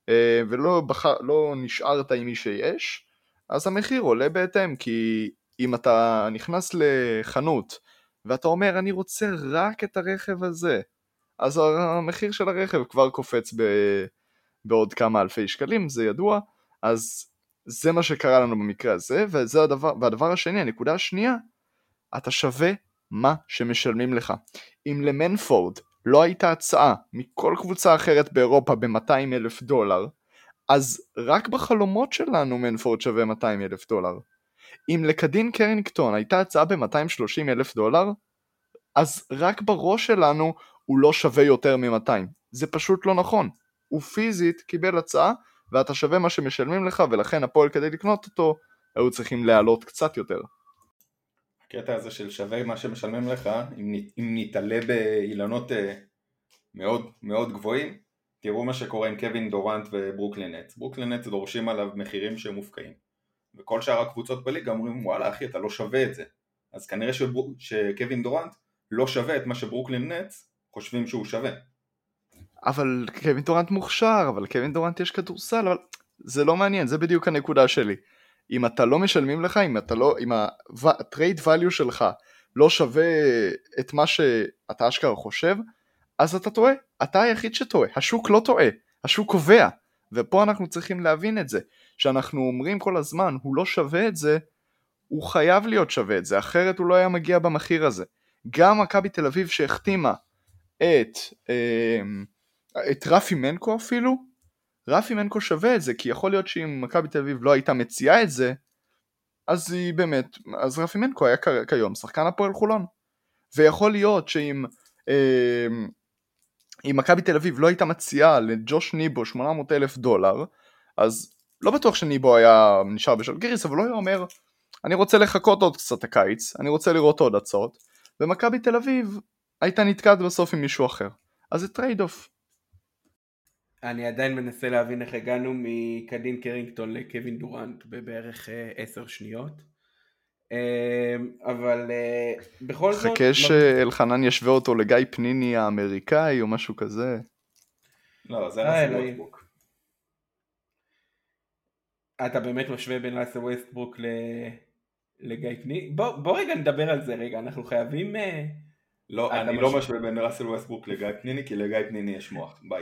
ולא נשארת עם מי שיש, אז המחיר עולה בהתאם, כי אם אתה נכנס לחנות ואתה אומר אני רוצה רק את הרכב הזה, אז המחיר של הרכב כבר קופץ בעוד כמה אלפי שקלים, זה ידוע. אז זה מה שקרה לנו במקרה הזה, והדבר השני, הנקודה השנייה, אתה שווה מה שמשלמים לך. אם למנפורד לא הייתה הצעה מכל קבוצה אחרת באירופה $200,000, אז רק בחלומות שלנו מנפורד שווה $200,000. אם לקדין קרינגטון הייתה הצעה $230,000, אז רק בראש שלנו הוא לא שווה יותר מ-200. זה פשוט לא נכון. הוא פיזית קיבל הצעה, ואתה שווה מה שמשלמים לך, ולכן הפועל כדי לקנות אותו, היו צריכים להעלות קצת יותר. הקטע הזה של שווה מה שמשלמים לך, אם נתעלה באילנות מאוד מאוד גבוהים, תראו מה שקורה עם קווין דורנט וברוקלין נטס. ברוקלין נטס דורשים עליו מחירים שהם מופקעים, וכל שאר הקבוצות בליגה אומרים וואלה אחי אתה לא שווה את זה. אז כנראה שקווין דורנט לא שווה את מה שברוקלין נטס חושבים שהוא שווה. אבל קווין דורנט מוכשר, אבל קווין דורנט יש כדורסל, אבל זה לא מעניין, זה בדיוק הנקודה שלי. אם אתה לא משלמים לך, אם ה-trade value שלך לא שווה את מה שאתה אשכרה חושב, אז אתה טועה, אתה היחיד שטועה, השוק לא טועה, השוק קובע, ופה אנחנו צריכים להבין את זה, שאנחנו אומרים כל הזמן, הוא לא שווה את זה, הוא חייב להיות שווה את זה, אחרת הוא לא היה מגיע במחיר הזה. גם מכבי תל אביב שהחתימה את רפי מנקו אפילו, רפי מנקו שווה את זה, כי יכול להיות שאם מכבי תל אביב לא הייתה מציעה את זה, אז היא באמת, אז רפי מנקו היה כיום שחקן הפועל חולון. ויכול להיות שאם אם מכבי תל אביב לא הייתה מציעה לג'וש ניבו $800,000, אז לא בטוח שניבו היה נשאר בשלגיריס, אבל לא היה אומר, אני רוצה לחכות עוד קצת הקיץ, אני רוצה לראות עוד הצעות, ומכבי תל אביב הייתה נתקעת בסוף עם מישהו אחר. אז זה טרייד אוף. אני עדיין מנסה להבין איך הגענו מקדין קרינגטון לקווין דורנט בבערך 10 שניות. אבל בכל זאת... חכה שאלחנן ישווה אותו לגיא פניני האמריקאי או משהו כזה. לא, זה ראסל ווסטברוק. אתה באמת משווה בין ראסל ווסטברוק לגיא פניני? בוא רגע נדבר על זה רגע, אנחנו חייבים... לא, אני לא משווה בין ראסל ווסטברוק לגיא פניני, כי לגיא פניני יש מוח. ביי.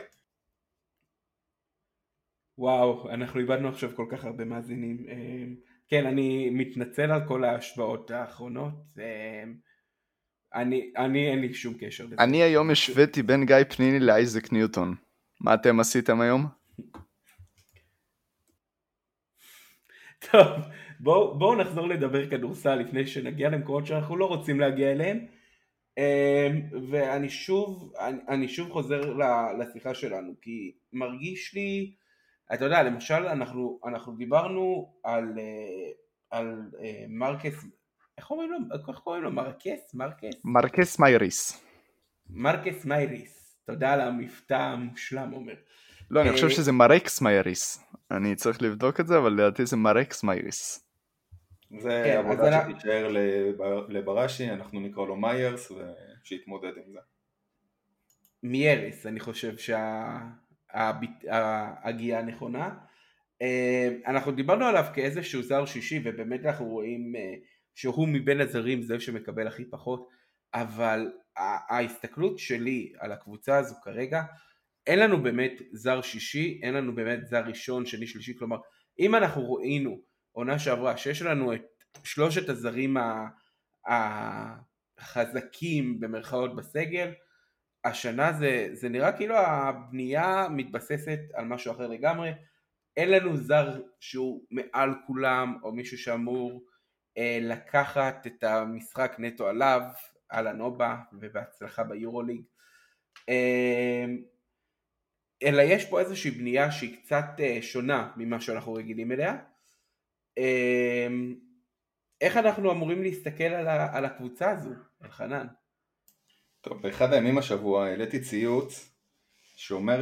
וואו, אנחנו איבדנו עכשיו כל כך הרבה מאזינים. כן, אני מתנצל על כל ההשוואות האחרונות. אני אין לי שום קשר לזה. אני היום השוויתי בין גיא פניני לאייזק ניוטון. מה אתם עשיתם היום? טוב, בואו נחזור לדבר כדורסל לפני שנגיע למקומות שאנחנו לא רוצים להגיע אליהם. ואני שוב חוזר לשיחה שלנו, כי מרגיש לי, אתה יודע, למשל אנחנו דיברנו על מרקס, איך קוראים לו? מרקס מייריס, תודה על המבטא המושלם, אומר. לא, אני חושב שזה מרקס מייריס, אני צריך לבדוק את זה, אבל לדעתי זה מרקס מייריס. זה עבודה שתישאר לבראשי, אנחנו נקרא לו מיירס ושיתמודד עם זה. מייריס, אני חושב שההגיעה נכונה. אנחנו דיברנו עליו כאיזשהו זר שישי, ובאמת אנחנו רואים שהוא מבין הזרים זה שמקבל הכי פחות, אבל ההסתכלות שלי על הקבוצה הזו כרגע, אין לנו באמת זר שישי, אין לנו באמת זר ראשון, שני, שלישי, כלומר, אם אנחנו ראינו עונה שעברה שיש לנו את שלושת הזרים החזקים במרכאות בסגל, השנה זה נראה כאילו הבנייה מתבססת על משהו אחר לגמרי, אין לנו זר שהוא מעל כולם או מישהו שאמור לקחת את המשחק נטו עליו, על הנובה, ובהצלחה ביורוליג. אלא יש פה איזושהי בנייה שהיא קצת שונה ממה שאנחנו רגילים אליה. איך אנחנו אמורים להסתכל על הקבוצה הזו, אלחנן? טוב, באחד הימים השבוע העליתי ציוץ שאומר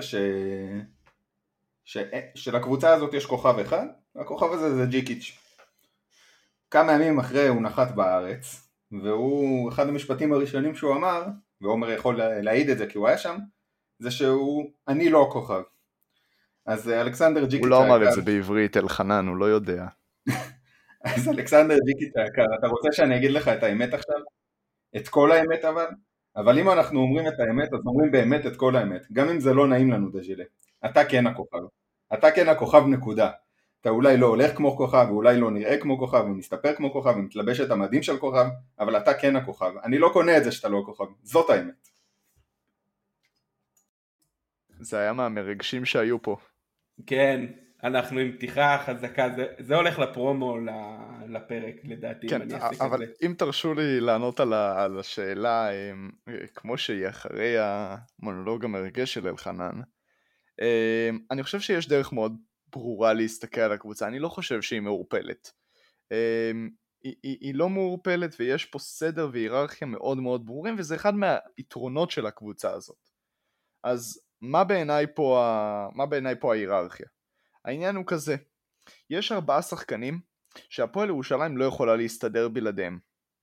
שלקבוצה הזאת יש כוכב אחד, והכוכב הזה זה ג'יקיץ'. כמה ימים אחרי הוא נחת בארץ, והוא, אחד המשפטים הראשונים שהוא אמר, ועומר יכול להעיד את זה כי הוא היה שם, זה אני לא הכוכב. אז אלכסנדר ג'יקיץ' הוא לא אמר את זה בעברית, אלחנן, הוא לא יודע. אז אלכסנדר ג'יקיץ' היקר, אתה רוצה שאני אגיד לך את האמת עכשיו? את כל האמת אבל אם אנחנו אומרים את האמת, אז אומרים באמת את כל האמת, גם אם זה לא נעים לנו דז'ילה. אתה כן הכוכב. אתה כן הכוכב נקודה. אתה אולי לא הולך כמו כוכב, ואולי לא נראה כמו כוכב, ומסתפר כמו כוכב, ומתלבש את המדים של כוכב, אבל אתה כן הכוכב. אני לא קונה את זה שאתה לא הכוכב. זאת האמת. זה היה מהמרגשים שהיו פה. כן, אנחנו עם פתיחה חזקה, זה הולך לפרומו לפרק לדעתי. כן, אבל אם תרשו לי לענות על השאלה כמו שהיא אחרי המונולוג המרגש של אלחנן, אני חושב שיש דרך מאוד ברורה להסתכל על הקבוצה. אני לא חושב שהיא מעורפלת. היא לא מעורפלת, ויש פה סדר והיררכיה מאוד מאוד ברורים, וזה אחד מהיתרונות של הקבוצה הזאת. אז מה בעיניי פה ההיררכיה? העניין הוא כזה, יש 4 שחקנים שהפועל ירושלים לא יכולה להסתדר בלעדיהם.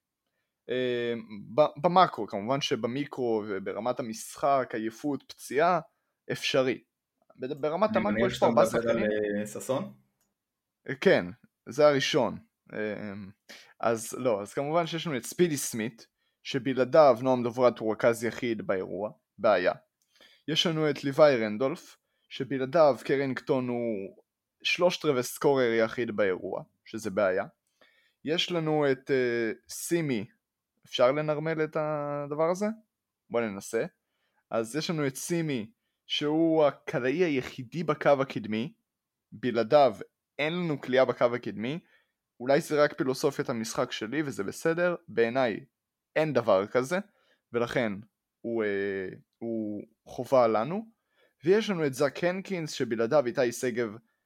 במקרו, כמובן שבמיקרו וברמת המשחק, עייפות, פציעה, אפשרי. ברמת המקרו יש פה 4 שחקנים. ססון? כן, זה הראשון. אז לא, אז כמובן שיש לנו את ספידי סמית, שבלעדיו נועם דוברת הוא רכז יחיד באירוע, בעיה. יש לנו את ליוואי רנדולף, שבלעדיו קרינגטון הוא 3/4 סקורר יחיד באירוע, שזה בעיה. יש לנו את סימי, אפשר לנרמל את הדבר הזה? בוא ננסה. אז יש לנו את סימי, שהוא הקלעי היחידי בקו הקדמי, בלעדיו אין לנו קליעה בקו הקדמי, אולי זה רק פילוסופיית המשחק שלי וזה בסדר, בעיניי אין דבר כזה, ולכן הוא חובה לנו. ויש לנו את זק הנקינס שבלעדיו איתי סגב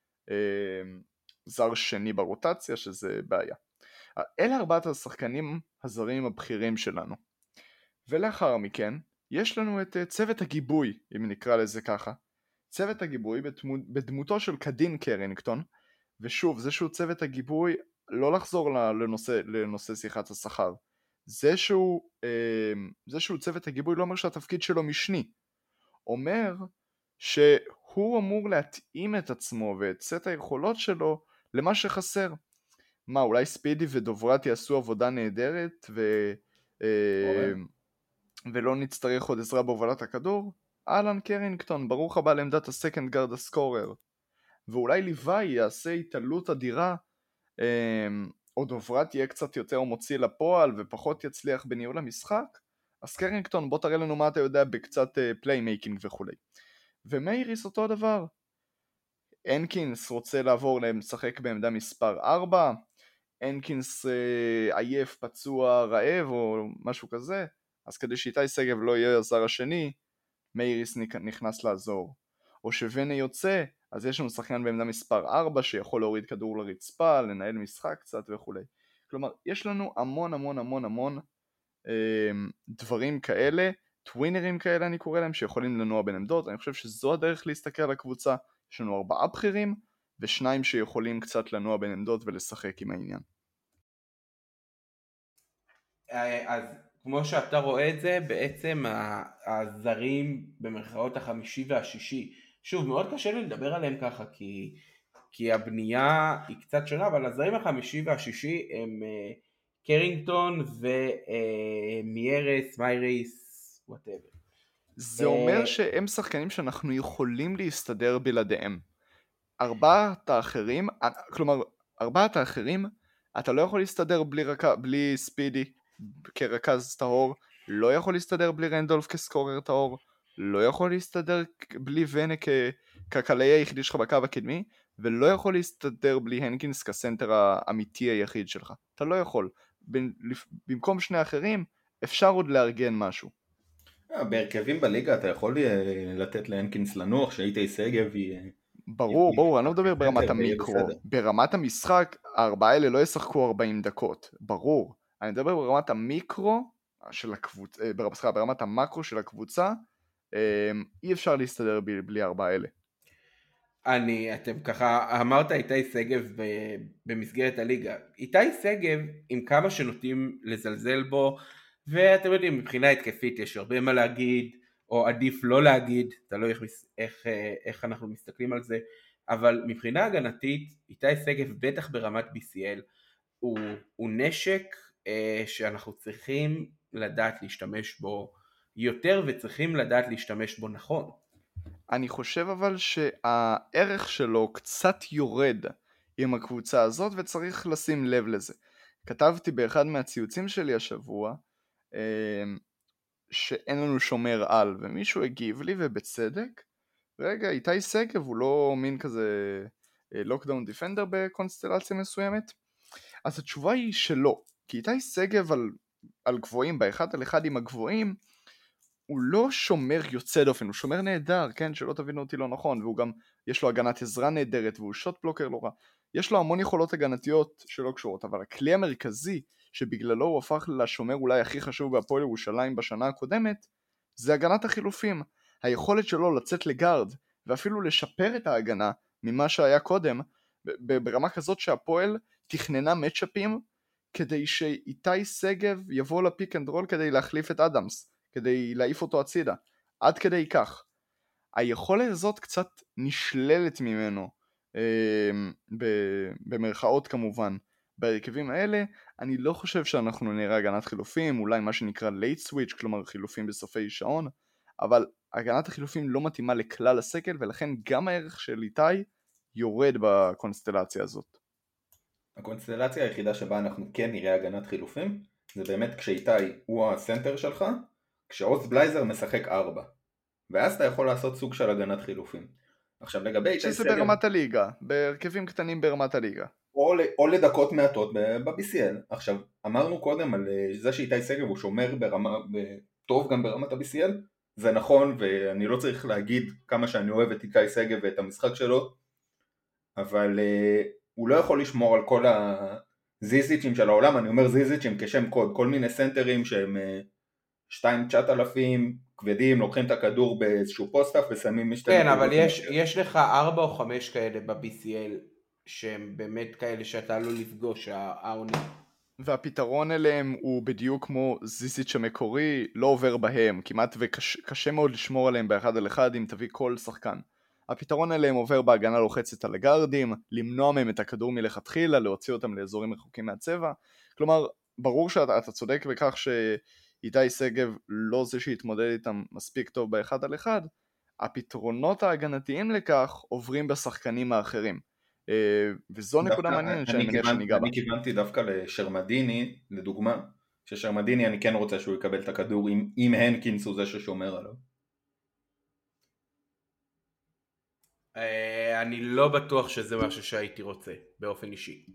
זר שני ברוטציה, שזה בעיה. אלה 4 השחקנים הזרים הבכירים שלנו. ולאחר מכן יש לנו את צוות הגיבוי, אם נקרא לזה ככה. צוות הגיבוי בדמותו של קדין קרינגטון, ושוב, זה שהוא צוות הגיבוי, לא לחזור לנושא שיחת השכר. זה שהוא צוות הגיבוי לא אומר שהתפקיד שלו משני. אומר שהוא אמור להתאים את עצמו ואת סט היכולות שלו למה שחסר. מה, אולי ספידי ודוברת יעשו עבודה נהדרת ולא נצטרך עוד עזרה בהובלת הכדור? אלן קרינגטון, ברוך הבא לעמדת הסקנד גארד הסקורר. ואולי ליוואי יעשה התעלות אדירה, או דוברת יהיה קצת יותר מוציא לפועל ופחות יצליח בניהול המשחק. אז קרינגטון, בוא תראה לנו מה אתה יודע בקצת פליימייקינג וכו'. ומייריס אותו הדבר. הנקינס רוצה לעבור לשחק בעמדה מספר 4, הנקינס עייף, פצוע, רעב או משהו כזה, אז כדי שאיתי סגב לא יהיה הזר השני, מייריס נכנס לעזור. או שוונה יוצא, אז יש לנו שחקן בעמדה מספר 4 שיכול להוריד כדור לרצפה, לנהל משחק קצת וכו'. כלומר, יש לנו המון דברים כאלה, טווינרים כאלה אני קורא להם, שיכולים לנוע בין עמדות. אני חושב שזו הדרך להסתכל על הקבוצה. יש לנו 4 בכירים ו2 שיכולים קצת לנוע בין עמדות ולשחק עם העניין. אז כמו שאתה רואה את זה, בעצם הזרים במרכאות החמישי והשישי, שוב מאוד קשה לי לדבר עליהם ככה כי הבנייה היא קצת שונה, אבל הזרים החמישי והשישי הם קרינגטון ומיירס, whatever. זה אומר שהם שחקנים שאנחנו יכולים להסתדר בלעדיהם. 4 האחרים, כלומר 4 האחרים אתה לא יכול להסתדר בלי ספידי כרכז טהור, לא יכול להסתדר בלי רנדולף כסקורר טהור, לא יכול להסתדר בלי ונה כקלעי היחידי שלך בקו הקדמי, ולא יכול להסתדר בלי הנקינס כסנטר האמיתי היחיד שלך. אתה לא יכול. במקום שני אחרים, אפשר עוד לארגן משהו. בהרכבים בליגה אתה יכול לתת להנקינס לנוח, שאיתי שגב ברור, אני לא מדבר ברמת ויהיה המיקרו. בסדר. ברמת המשחק, הארבעה האלה לא ישחקו 40 דקות. ברור. אני מדבר ברמת המיקרו של הקבוצה, ברמת המקרו של הקבוצה, אי אפשר להסתדר בלי הארבעה האלה. אתם ככה, אמרת איתי שגב במסגרת הליגה. איתי שגב, עם כמה שנוטים לזלזל בו, ואתם יודעים, מבחינה התקפית יש הרבה מה להגיד, או עדיף לא להגיד, תלוי איך אנחנו מסתכלים על זה, אבל מבחינה הגנתית, איתי שגב בטח ברמת BCL, הוא נשק שאנחנו צריכים לדעת להשתמש בו יותר, וצריכים לדעת להשתמש בו נכון. אני חושב אבל שהערך שלו קצת יורד עם הקבוצה הזאת, וצריך לשים לב לזה. כתבתי באחד מהציוצים שלי השבוע, שאין לנו שומר על, ומישהו הגיב לי ובצדק, רגע, איתי שגב הוא לא מין כזה לוקדאון דיפנדר בקונסטלציה מסוימת? אז התשובה היא שלא, כי איתי שגב על גבוהים, באחד על אחד עם הגבוהים, הוא לא שומר יוצא דופן, הוא שומר נהדר, כן, שלא תבינו אותי לא נכון, והוא גם, יש לו הגנת עזרה נהדרת, והוא שוט בלוקר לא רע, יש לו המון יכולות הגנתיות שלא קשורות, אבל הכלי המרכזי, שבגללו הוא הפך לשומר אולי הכי חשוב בהפועל ירושלים בשנה הקודמת, זה הגנת החילופים, היכולת שלו לצאת לגארד, ואפילו לשפר את ההגנה ממה שהיה קודם, ברמה כזאת שהפועל תכננה מצ'אפים, כדי שאיתי שגב יבוא לפיק אנד רול כדי להחליף את אדמס, כדי להעיף אותו הצידה, עד כדי כך. היכולת הזאת קצת נשללת ממנו, במרכאות כמובן. בהרכבים האלה, אני לא חושב שאנחנו נראה הגנת חילופים, אולי מה שנקרא late switch, כלומר חילופים בסופי שעון, אבל הגנת החילופים לא מתאימה לכלל הסגל, ולכן גם הערך של איתי יורד בקונסטלציה הזאת. הקונסטלציה היחידה שבה אנחנו כן נראה הגנת חילופים, זה באמת כשאיתי הוא הסנטר שלך, כשעוז בלייזר משחק 4, ואז אתה יכול לעשות סוג של הגנת חילופים. עכשיו לגבי איתי שזה שגב, ברמת הליגה, בהרכבים קטנים ברמת הליגה. או לדקות מעטות ב-BCL. עכשיו אמרנו קודם על זה שאיתי שגב הוא שומר טוב גם ברמת ה-BCL, זה נכון, ואני לא צריך להגיד כמה שאני אוהב את איתי שגב ואת המשחק שלו, אבל הוא לא יכול לשמור על כל הזיזיצ'ים של העולם. אני אומר זיזיצ'ים כשם קוד, כל מיני סנטרים שהם 2,900 כבדים, לוקחים את הכדור באיזשהו פוסט-אפ ושמים משתי כן, אבל יש לך 4 או 5 כאלה ב-BCL שהם באמת כאלה שאתה עלול לפגוש העונה. והפתרון אליהם הוא בדיוק כמו זיזיץ' המקורי, לא עובר בהם, כמעט וקשה מאוד לשמור עליהם באחד על אחד אם תביא כל שחקן. הפתרון אליהם עובר בהגנה לוחצת על הגארדים, למנוע מהם את הכדור מלכתחילה, להוציא אותם לאזורים רחוקים מהצבע. כלומר, ברור שאתה צודק בכך שאיתי שגב לא זה שהתמודד איתם מספיק טוב באחד על אחד, הפתרונות ההגנתיים לכך עוברים בשחקנים האחרים. וזו נקודה מעניינת שאני מניח שניגע בה. אני כיוונתי דווקא לשרמדיני, לדוגמה, ששרמדיני אני כן רוצה שהוא יקבל את הכדור אם הנקינס הוא זה ששומר עליו. אני לא בטוח שזה משהו שהייתי רוצה באופן אישי.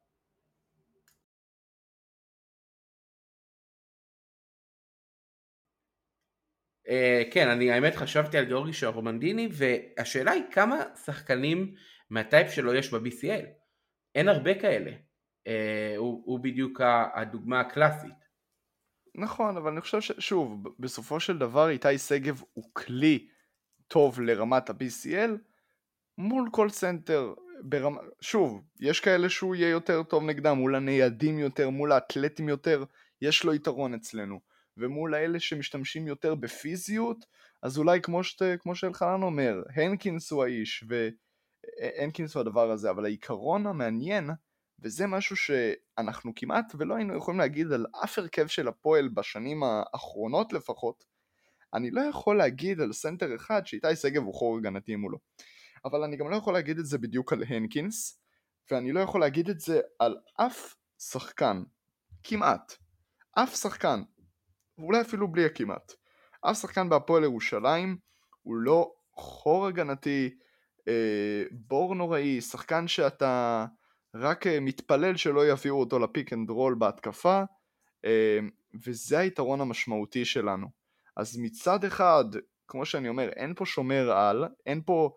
כן, אני האמת חשבתי על גיאורגי שרמדיני, והשאלה היא כמה שחקנים מהטייפ שלו יש ב-BCL. אין הרבה כאלה. הוא בדיוק הדוגמה הקלאסית. נכון, אבל אני חושב ששוב, בסופו של דבר איתי שגב הוא כלי טוב לרמת ה-BCL מול כל סנטר שוב, יש כאלה שהוא יהיה יותר טוב נגדם, מול הניידים יותר, מול האתלטים יותר, יש לו יתרון אצלנו, ומול האלה שמשתמשים יותר בפיזיות, אז אולי כמו שאלחנן אומר, הנקינס הוא האיש, והנקינס הוא הדבר הזה, אבל העיקרון המעניין, וזה משהו שאנחנו כמעט ולא היינו יכולים להגיד על אף הרכב של הפועל בשנים האחרונות לפחות, אני לא יכול להגיד על סנטר אחד שאיתי שגב הוא חור הגנתי מולו. אבל אני גם לא יכול להגיד את זה בדיוק על הנקינס, ואני לא יכול להגיד את זה על אף שחקן, כמעט, אף שחקן, ואולי אפילו בלי הכמעט, אף שחקן בהפועל ירושלים הוא לא חור הגנתי בור נוראי, שחקן שאתה רק מתפלל שלא יביאו אותו לפיק אנד רול בהתקפה, וזה היתרון המשמעותי שלנו. אז מצד אחד, כמו שאני אומר, אין פה שומר על, אין פה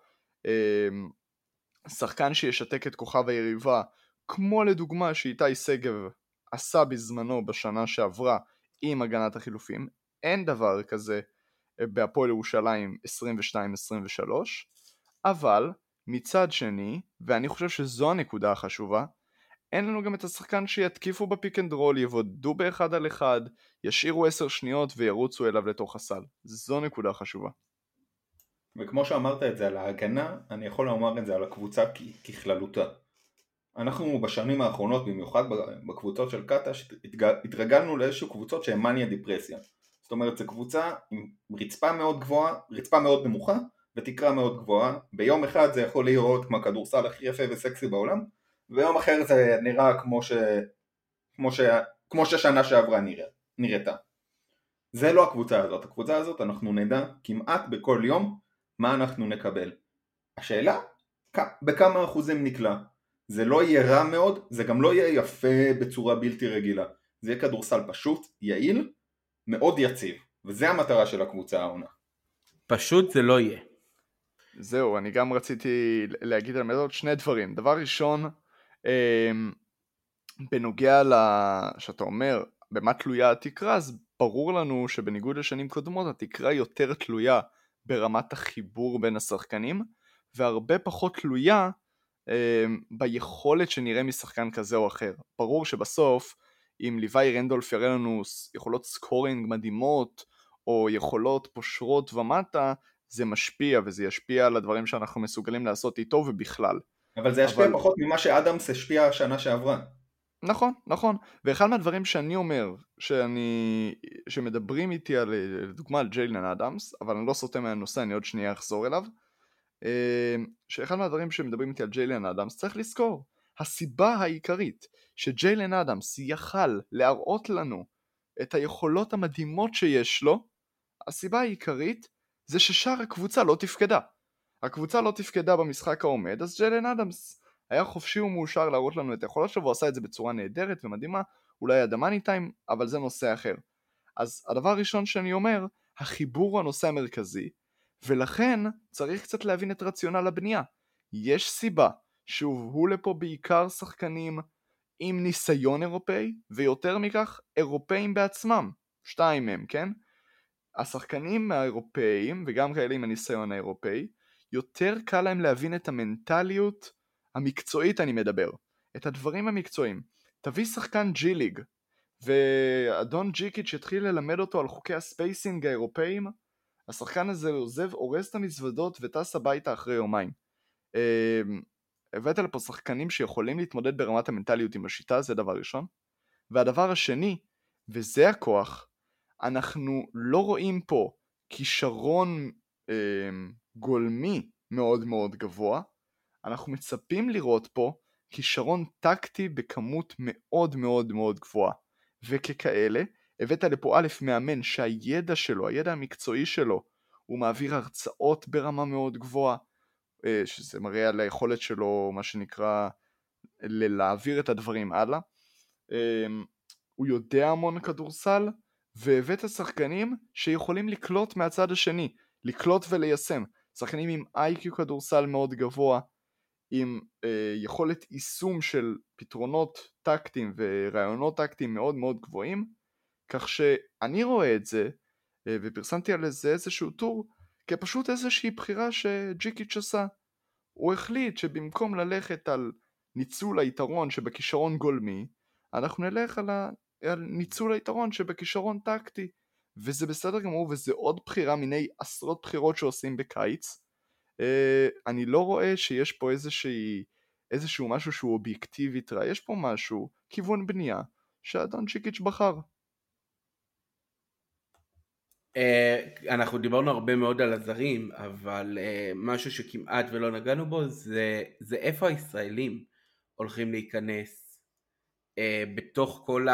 שחקן שישתק את כוכב היריבה, כמו לדוגמה שאיתי שגב עשה בזמנו בשנה שעברה עם הגנת החילופים. אין דבר כזה בהפועל ירושלים 22-23, אבל מצד שני, ואני חושב שזו הנקודה החשובה, אין לנו גם את השחקן שיתקיפו בפיק אנד רול, יבודדו באחד על אחד, ישאירו 10 שניות וירוצו אליו לתוך הסל. זו נקודה חשובה. וכמו שאמרת את זה על ההגנה, אני יכול לומר את זה על הקבוצה ככללותה. אנחנו בשנים האחרונות, במיוחד בקבוצות של קטש, התרגלנו לאיזשהו קבוצות שהן מניה דיפרסיה. זאת אומרת, זו קבוצה עם רצפה מאוד גבוהה, רצפה מאוד נמוכה ותקרה מאוד גבוהה. ביום אחד זה יכול להיראות כמו הכדורסל הכי יפה וסקסי בעולם, ויום אחר זה נראה כמו ששנה שעברה נראתה. זה לא הקבוצה הזאת. הקבוצה הזאת אנחנו נדע כמעט בכל יום מה אנחנו נקבל. השאלה, בכמה אחוזים נקלע. זה לא יהיה רע מאוד, זה גם לא יהיה יפה בצורה בלתי רגילה. זה יהיה כדורסל פשוט, יעיל, מאוד יציב. וזה המטרה של הקבוצה העונה. פשוט זה לא יהיה. זהו, אני גם רציתי להגיד על זה שני דברים. דבר ראשון, בנוגע שאתה אומר, במה תלויה התקרה, אז ברור לנו שבניגוד לשנים קודמות, התקרה יותר תלויה ברמת החיבור בין השחקנים, והרבה פחות תלויה ביכולת שנראה משחקן כזה או אחר. ברור שבסוף, אם ליוואי רנדולף יראה לנו יכולות סקורינג מדהימות, או יכולות פושרות ומטה, זה משפיע, וזה ישפיע על הדברים שאנחנו מסוגלים לעשות איתו ובכלל. אבל זה ישפיע פחות ממה שאדמס השפיע השנה שעברה. נכון, נכון. ואחד מהדברים שאני אומר, שמדברים איתי על, לדוגמה על ג'יילן אדמס, אבל אני לא סוטה מהנושא, אני עוד שנייה אחזור אליו, שאחד מהדברים שמדברים איתי על ג'יילן אדמס, צריך לזכור, הסיבה העיקרית שג'יילן אדמס יכל להראות לנו את היכולות המדהימות שיש לו, הסיבה העיקרית זה ששאר הקבוצה לא תפקדה. הקבוצה לא תפקדה במשחק העומד, אז ג'יילן אדמס היה חופשי ומאושר להראות לנו את היכולות שלו, והוא עשה את זה בצורה נהדרת ומדהימה, אולי עד המאני טיים, אבל זה נושא אחר. אז הדבר הראשון שאני אומר, החיבור הוא הנושא המרכזי, ולכן צריך קצת להבין את רציונל הבנייה. יש סיבה שהובאו לפה בעיקר שחקנים עם ניסיון אירופאי, ויותר מכך אירופאים בעצמם, 2 מהם, כן? השחקנים האירופאים, וגם כאלה עם הניסיון האירופאי, יותר קל להם להבין את המנטליות המקצועית, אני מדבר, את הדברים המקצועיים. תביא שחקן ג'י ליג, ואדון ג'יקיץ' התחיל ללמד אותו על חוקי הספייסינג האירופאים, השחקן הזה עוזב, אורז את המזוודות וטס הביתה אחרי יומיים. הבאת לפה שחקנים שיכולים להתמודד ברמת המנטליות עם השיטה, זה דבר ראשון. והדבר השני, וזה הכוח, אנחנו לא רואים פה כישרון גולמי מאוד מאוד גבוה, אנחנו מצפים לראות פה כישרון טקטי בכמות מאוד מאוד מאוד גבוהה. וככאלה, הבאת לפה א' מאמן שהידע שלו, הידע המקצועי שלו, הוא מעביר הרצאות ברמה מאוד גבוהה, שזה מראה על היכולת שלו, מה שנקרא, להעביר את הדברים הלאה. הוא יודע המון כדורסל, והבאת שחקנים שיכולים לקלוט מהצד השני, לקלוט וליישם. שחקנים עם איי-קיו כדורסל מאוד גבוה, עם יכולת יישום של פתרונות טקטיים ורעיונות טקטיים מאוד מאוד גבוהים, כך שאני רואה את זה, ופרסמתי על זה איזשהו טור, כפשוט איזושהי בחירה שג'יקיץ' עשה. הוא החליט שבמקום ללכת על ניצול היתרון שבכישרון גולמי, אנחנו נלך על ניצול היתרון שבכישרון טקטי, וזה בסדר גמור, וזה עוד בחירה מיני עשרות בחירות שעושים בקיץ. אני לא רואה שיש פה איזשהו משהו שהוא אובייקטיבית רע, יש פה משהו, כיוון בנייה, שאדון ג'יקיץ' בחר. אנחנו דיברנו הרבה מאוד על הזרים, אבל משהו שכמעט ולא נגענו בו זה איפה הישראלים הולכים להיכנס בתוך כל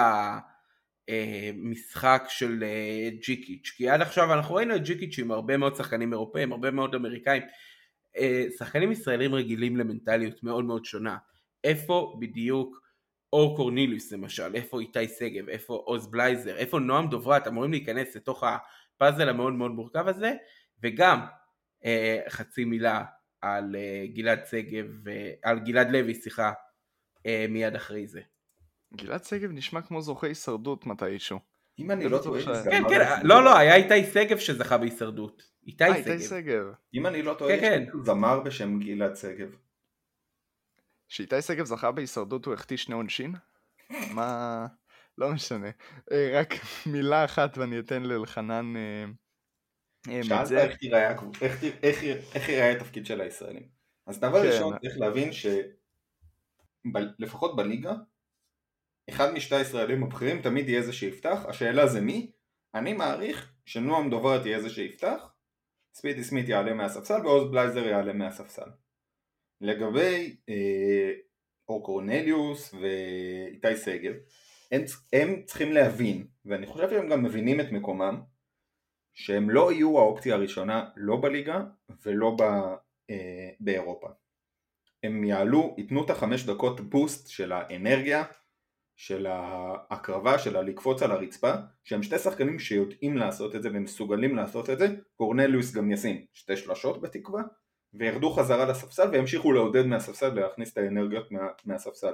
המשחק של ג'יקיץ', כי עד עכשיו אנחנו ראינו את ג'יקיץ' עם הרבה מאוד שחקנים אירופאים, הרבה מאוד אמריקאים, שחקנים ישראלים רגילים למנטליות מאוד מאוד שונה. איפה בדיוק אור קורניליוס למשל, איפה איתי סגב, איפה עוז בלייזר, איפה נועם דוברת אמורים להיכנס לתוך הפאזל המאוד מאוד מורכב הזה, וגם חצי מילה על גלעד סגב, על גלעד לוי, סליחה, מיד אחרי זה. גלעד סגב נשמע כמו זוכה הישרדות מתישהו. אם אני לא טועה, כן, לא, היה איתי סגב שזכה בהישרדות. איתי סגב. אם אני לא טועה, יש זמר בשם גלעד סגב. שאיתי סגב זכה בהישרדות הוא החטיא 2 עונשין? מה... לא משנה. רק מילה אחת ואני אתן לאלחנן... שאלת איך ייראה התפקיד של הישראלים. אז דבר ראשון צריך להבין שלפחות בליגה, אחד משתי הישראלים הבכירים תמיד יהיה זה שיפתח. השאלה זה מי? אני מעריך שנועם דוברת יהיה זה שיפתח, ספידי סמית יעלה מהספסל ועוז בלייזר יעלה מהספסל. לגבי אור קורנליוס ואיתי סגב, הם צריכים להבין, ואני חושב שהם גם מבינים את מקומם, שהם לא יהיו האופציה הראשונה לא בליגה ולא באירופה. הם יעלו, ייתנו את 5 דקות בוסט של האנרגיה, של ההקרבה, של לקפוץ על הרצפה, שהם 2 שחקנים שיודעים לעשות את זה ומסוגלים לעשות את זה. קורנליוס גם ישים 2 שלשות בתקווה, וירדו חזרה לספסל וימשיכו לעודד מהספסל ולהכניס את האנרגיות מהספסל.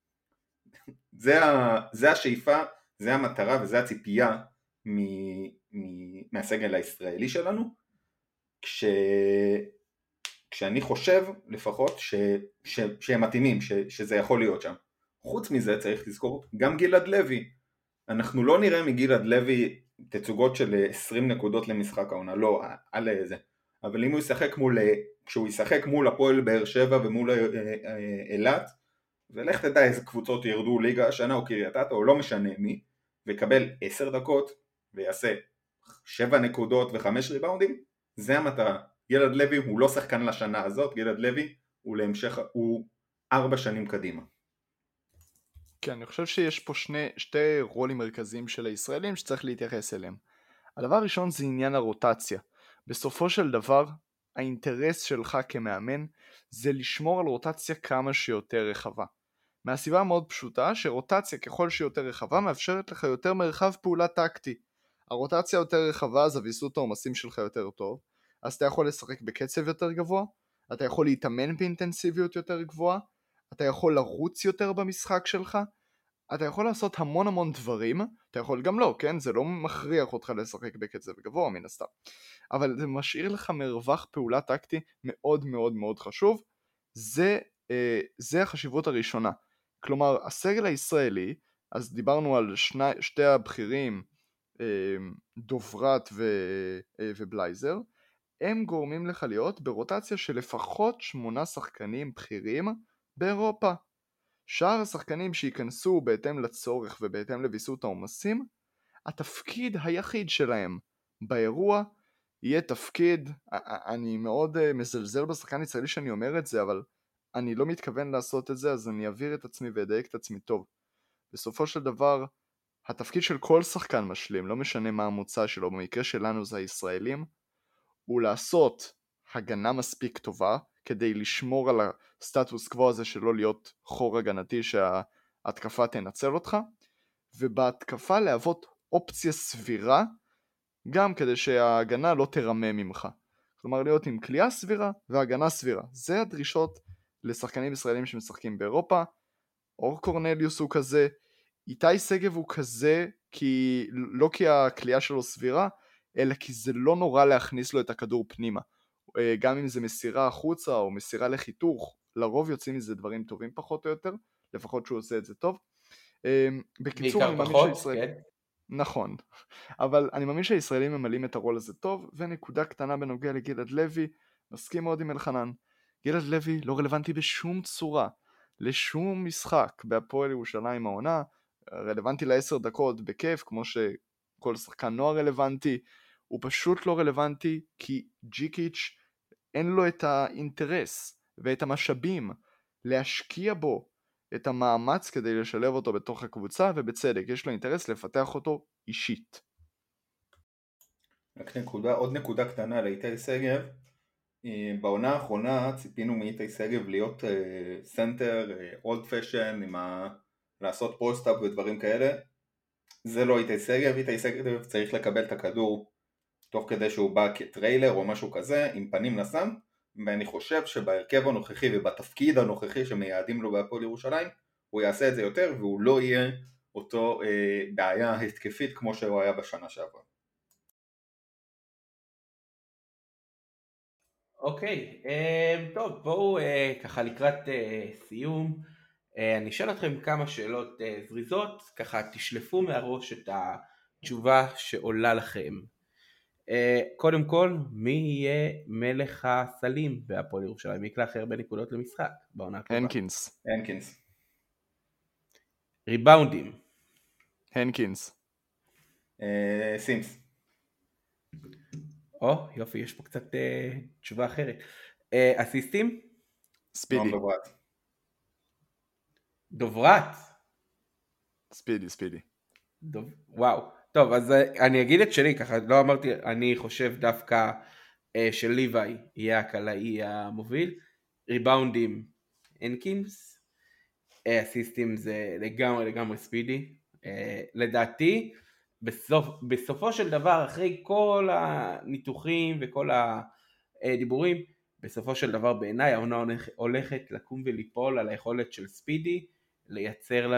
זה השאיפה, זה המטרה וזה הציפייה מהסגל הישראלי שלנו, כשאני חושב לפחות שהם מתאימים, שזה יכול להיות שם. חוץ מזה צריך לזכור גם גלעד לוי. אנחנו לא נראה מגלעד לוי תצוגות של 20 נקודות למשחק העונה, לא, על איזה. אבל אם הוא ישחק כשהוא ישחק מול הפועל באר שבע ומול אילת, ולך תדע איזה קבוצות ירדו ליגה השנה או קריית אתא או לא משנה מי, ויקבל 10 דקות ויעשה 7 נקודות ו5 ריבאונדים, זה המטרה. גלעד לוי הוא לא שחקן לשנה הזאת, גלעד לוי הוא להמשך, הוא 4 שנים קדימה. כן, אני חושב שיש פה שתי רולים מרכזיים של הישראלים שצריך להתייחס אליהם. הדבר הראשון זה עניין הרוטציה. בסופו של דבר, האינטרס שלך כמאמן זה לשמור על רוטציה כמה שיותר רחבה. מהסיבה המאוד פשוטה שרוטציה ככל שיותר רחבה מאפשרת לך יותר מרחב פעולה טקטי. הרוטציה יותר רחבה אז הוויסות העומסים שלך יותר טוב, אז אתה יכול לשחק בקצב יותר גבוה, אתה יכול להתאמן באינטנסיביות יותר גבוהה, אתה יכול לרוץ יותר במשחק שלך, אתה יכול לעשות המון דברים, אתה יכול גם לא, כן? זה לא מכריח אותך לשחק בקצב גבוה מן הסתם, אבל זה משאיר לך מרווח פעולה טקטי מאוד מאוד מאוד חשוב. זה החשיבות הראשונה. כלומר, הסגל הישראלי, אז דיברנו על שתי הבכירים, דוברת ובלייזר, הם גורמים לך להיות ברוטציה של לפחות 8 שחקנים בכירים באירופה. שאר השחקנים שיכנסו בהתאם לצורך ובהתאם לוויסות העומסים, התפקיד היחיד שלהם באירוע יהיה תפקיד, אני מאוד מזלזל בשחקן ישראלי שאני אומר את זה, אבל אני לא מתכוון לעשות את זה, אז אני אעביר את עצמי ואדייק את עצמי טוב. בסופו של דבר, התפקיד של כל שחקן משלים, לא משנה מה המוצא שלו, במקרה שלנו זה הישראלים, הוא לעשות הגנה מספיק טובה, כדי לשמור על הסטטוס קוו הזה שלא להיות חור הגנתי שההתקפה תנצל אותך, ובהתקפה להוות אופציה סבירה, גם כדי שההגנה לא תרמה ממך. כלומר להיות עם כלייה סבירה והגנה סבירה. זה הדרישות לשחקנים ישראלים שמשחקים באירופה. אור קורנליוס הוא כזה, איתי סגב הוא כזה, לא כי הכלייה שלו סבירה, אלא כי זה לא נורא להכניס לו את הכדור פנימה. גם אם זה מסירה החוצה או מסירה לחיתוך, לרוב יוצאים מזה דברים טובים פחות או יותר, לפחות שהוא עושה את זה טוב. בקיצור, אני מאמין שהישראלים... כן. נכון, אבל אני מאמין שהישראלים ממלאים את הרול הזה טוב, ונקודה קטנה בנוגע לגלעד לוי, מסכים מאוד עם אלחנן. גלעד לוי לא רלוונטי בשום צורה, לשום משחק בהפועל ירושלים העונה, רלוונטי ל10 דקות בכיף, כמו שכל שחקן נוער רלוונטי, הוא פשוט לא רלוונטי כי ג'יקיץ' אין לו את האינטרס ואת המשאבים להשקיע בו את המאמץ כדי לשלב אותו בתוך הקבוצה, ובצדק יש לו אינטרס לפתח אותו אישית. רק עוד נקודה קטנה לאיתי סגב, בעונה האחרונה ציפינו מאיתי שגב להיות סנטר, אולד פשן, לעשות פוסט-אפ ודברים כאלה. זה לא איתי שגב, איתי שגב צריך לקבל את הכדור תוך כדי שהוא בא כטריילר או משהו כזה, עם פנים לסם, ואני חושב שבהרכב הנוכחי ובתפקיד הנוכחי שמייעדים לו בהפועל ירושלים, הוא יעשה את זה יותר והוא לא יהיה אותו בעיה התקפית כמו שהוא היה בשנה שעברה. אוקיי, טוב, בואו ככה לקראת סיום, אני אשאל אתכם כמה שאלות זריזות, ככה תשלפו מהראש את התשובה שעולה לכם. קודם כל, מי יהיה מלך הסלים בהפועל ירושלים? מי יקלע הכי הרבה נקודות למשחק בעונה הקרובה? הנקינס. ריבאונדים. הנקינס. סימס. או, יופי, יש פה קצת תשובה אחרת. אסיסטים? ספידי. דוברת? ספידי. וואו. טוב, אז אני אגיד את שלי, ככה לא אמרתי, אני חושב דווקא של ליוואי יהיה הקלעי המוביל. ריבאונדים הנקינס. אסיסטים זה לגמרי ספידי. לדעתי, בסופו של דבר, אחרי כל הניתוחים וכל הדיבורים, בסופו של דבר בעיניי העונה הולכת לקום וליפול על היכולת של ספידי לייצר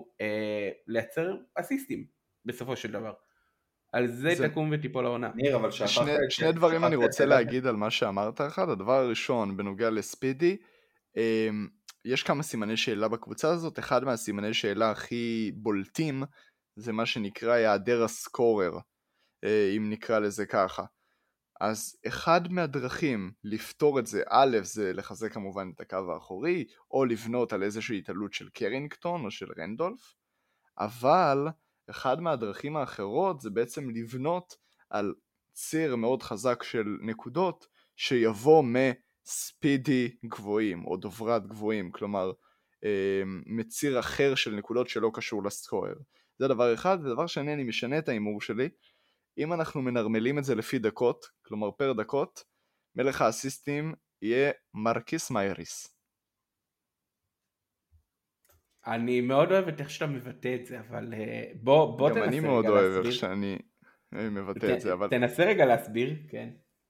אסיסטים בסופו של דבר. על זה תקום ותיפול העונה. ניר, אבל שני דברים אני רוצה להגיד על מה שאמרת אחד. הדבר הראשון בנוגע לספידי, יש כמה סימני שאלה בקבוצה הזאת. אחד מהסימני שאלה הכי בולטים זה מה שנקרא היעדר הסקורר, אם נקרא לזה ככה. אז אחד מהדרכים לפתור את זה, א', זה לחזק כמובן את הקו האחורי, או לבנות על איזושהי התעלות של קרינגטון או של רנדולף, אבל אחד מהדרכים האחרות זה בעצם לבנות על ציר מאוד חזק של נקודות שיבוא מספידי גבוהים או דוברת גבוהים, כלומר מציר אחר של נקודות שלא קשור לסקורר. זה דבר אחד. ודבר שני, אני משנה את האימור שלי. אם אנחנו מנרמלים את זה לפי דקות, כלומר פר דקות, מלך האסיסטים יהיה מרקיס מייריס. אני מאוד אוהב את איך שאתה מבטא את זה, אבל בוא תנסה רגע להסביר. גם אני מאוד אוהב איך שאני מבטא את זה, אבל... תנסה רגע להסביר, כן.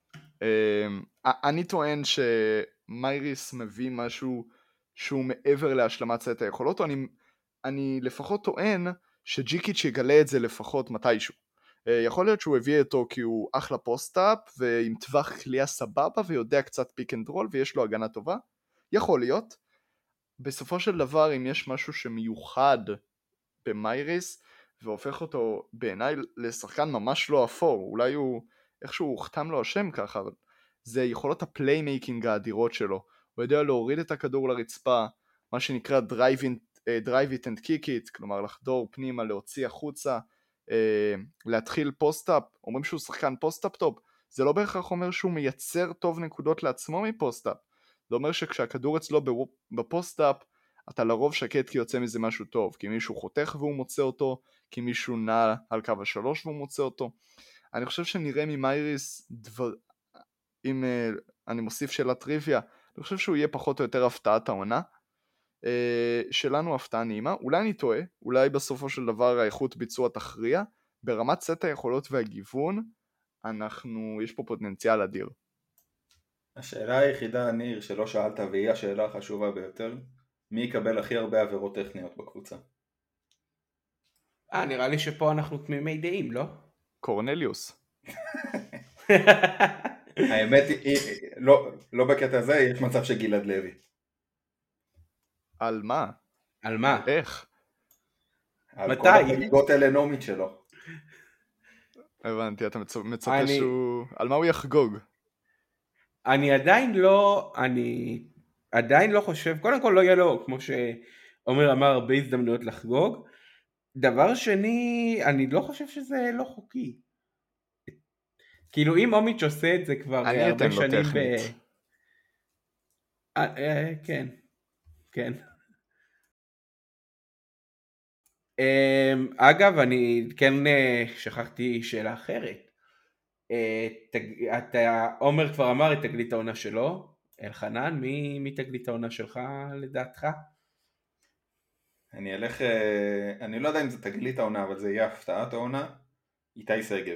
אני טוען שמייריס מביא משהו שהוא מעבר להשלמת סט היכולות, או אני לפחות טוען שג'יקיץ' יגלה את זה לפחות מתישהו. יכול להיות שהוא הביא אותו כי הוא אחלה פוסט-אפ ועם טווח קליעה סבבה ויודע קצת פיק אנד רול ויש לו הגנה טובה. יכול להיות. בסופו של דבר, אם יש משהו שמיוחד במייריס והופך אותו בעיניי לשחקן ממש לא אפור, אולי הוא איכשהו הוכתם לו השם ככה, אבל זה יכולות הפליימייקינג האדירות שלו. הוא יודע להוריד את הכדור לרצפה, מה שנקרא drive it and kick it, כלומר לחדור פנימה, להוציא החוצה, להתחיל פוסט-אפ. אומרים שהוא שחקן פוסט-אפ טוב, זה לא בהכרח אומר שהוא מייצר טוב נקודות לעצמו מפוסט-אפ. זה אומר שכשהכדור אצלו בפוסט-אפ, אתה לרוב שקט כי יוצא מזה משהו טוב, כי מישהו חותך והוא מוצא אותו, כי מישהו נע על קו השלוש והוא מוצא אותו. אני חושב שנראה ממייריס אם אני מוסיף שאלה טריוויה, אני חושב שהוא יהיה פחות או יותר הפתעת העונה. שלנו הפתעה נעימה, אולי אני טועה, אולי בסופו של דבר האיכות ביצוע תכריע, ברמת סט היכולות והגיוון, יש פה פוטנציאל אדיר. השאלה היחידה, ניר, שלא שאלת והיא השאלה החשובה ביותר, מי יקבל הכי הרבה עבירות טכניות בקבוצה? נראה לי שפה אנחנו תמימי דעים, לא? קורנליוס. האמת היא, לא בקטע הזה, יש מצב שגלעד לוי. על מה? על מה? איך? על כל החגיגות אלנומית שלו. הבנתי, אתה מצפה שהוא... על מה הוא יחגוג? אני עדיין לא חושב, קודם כל לא יהיה לו, כמו שעומר אמר, הרבה הזדמנויות לחגוג. דבר שני, אני לא חושב שזה לא חוקי. כאילו אם אומיץ' עושה את זה כבר הרבה שנים, אני אתן לו טכנית. כן. אגב, אני כן שכחתי שאלה אחרת. עומר כבר אמר את תגלית העונה שלו, אלחנן, מי תגלית העונה שלך לדעתך? אני לא יודע אם זה תגלית העונה, אבל זה יהיה הפתעת העונה, איתי שגב.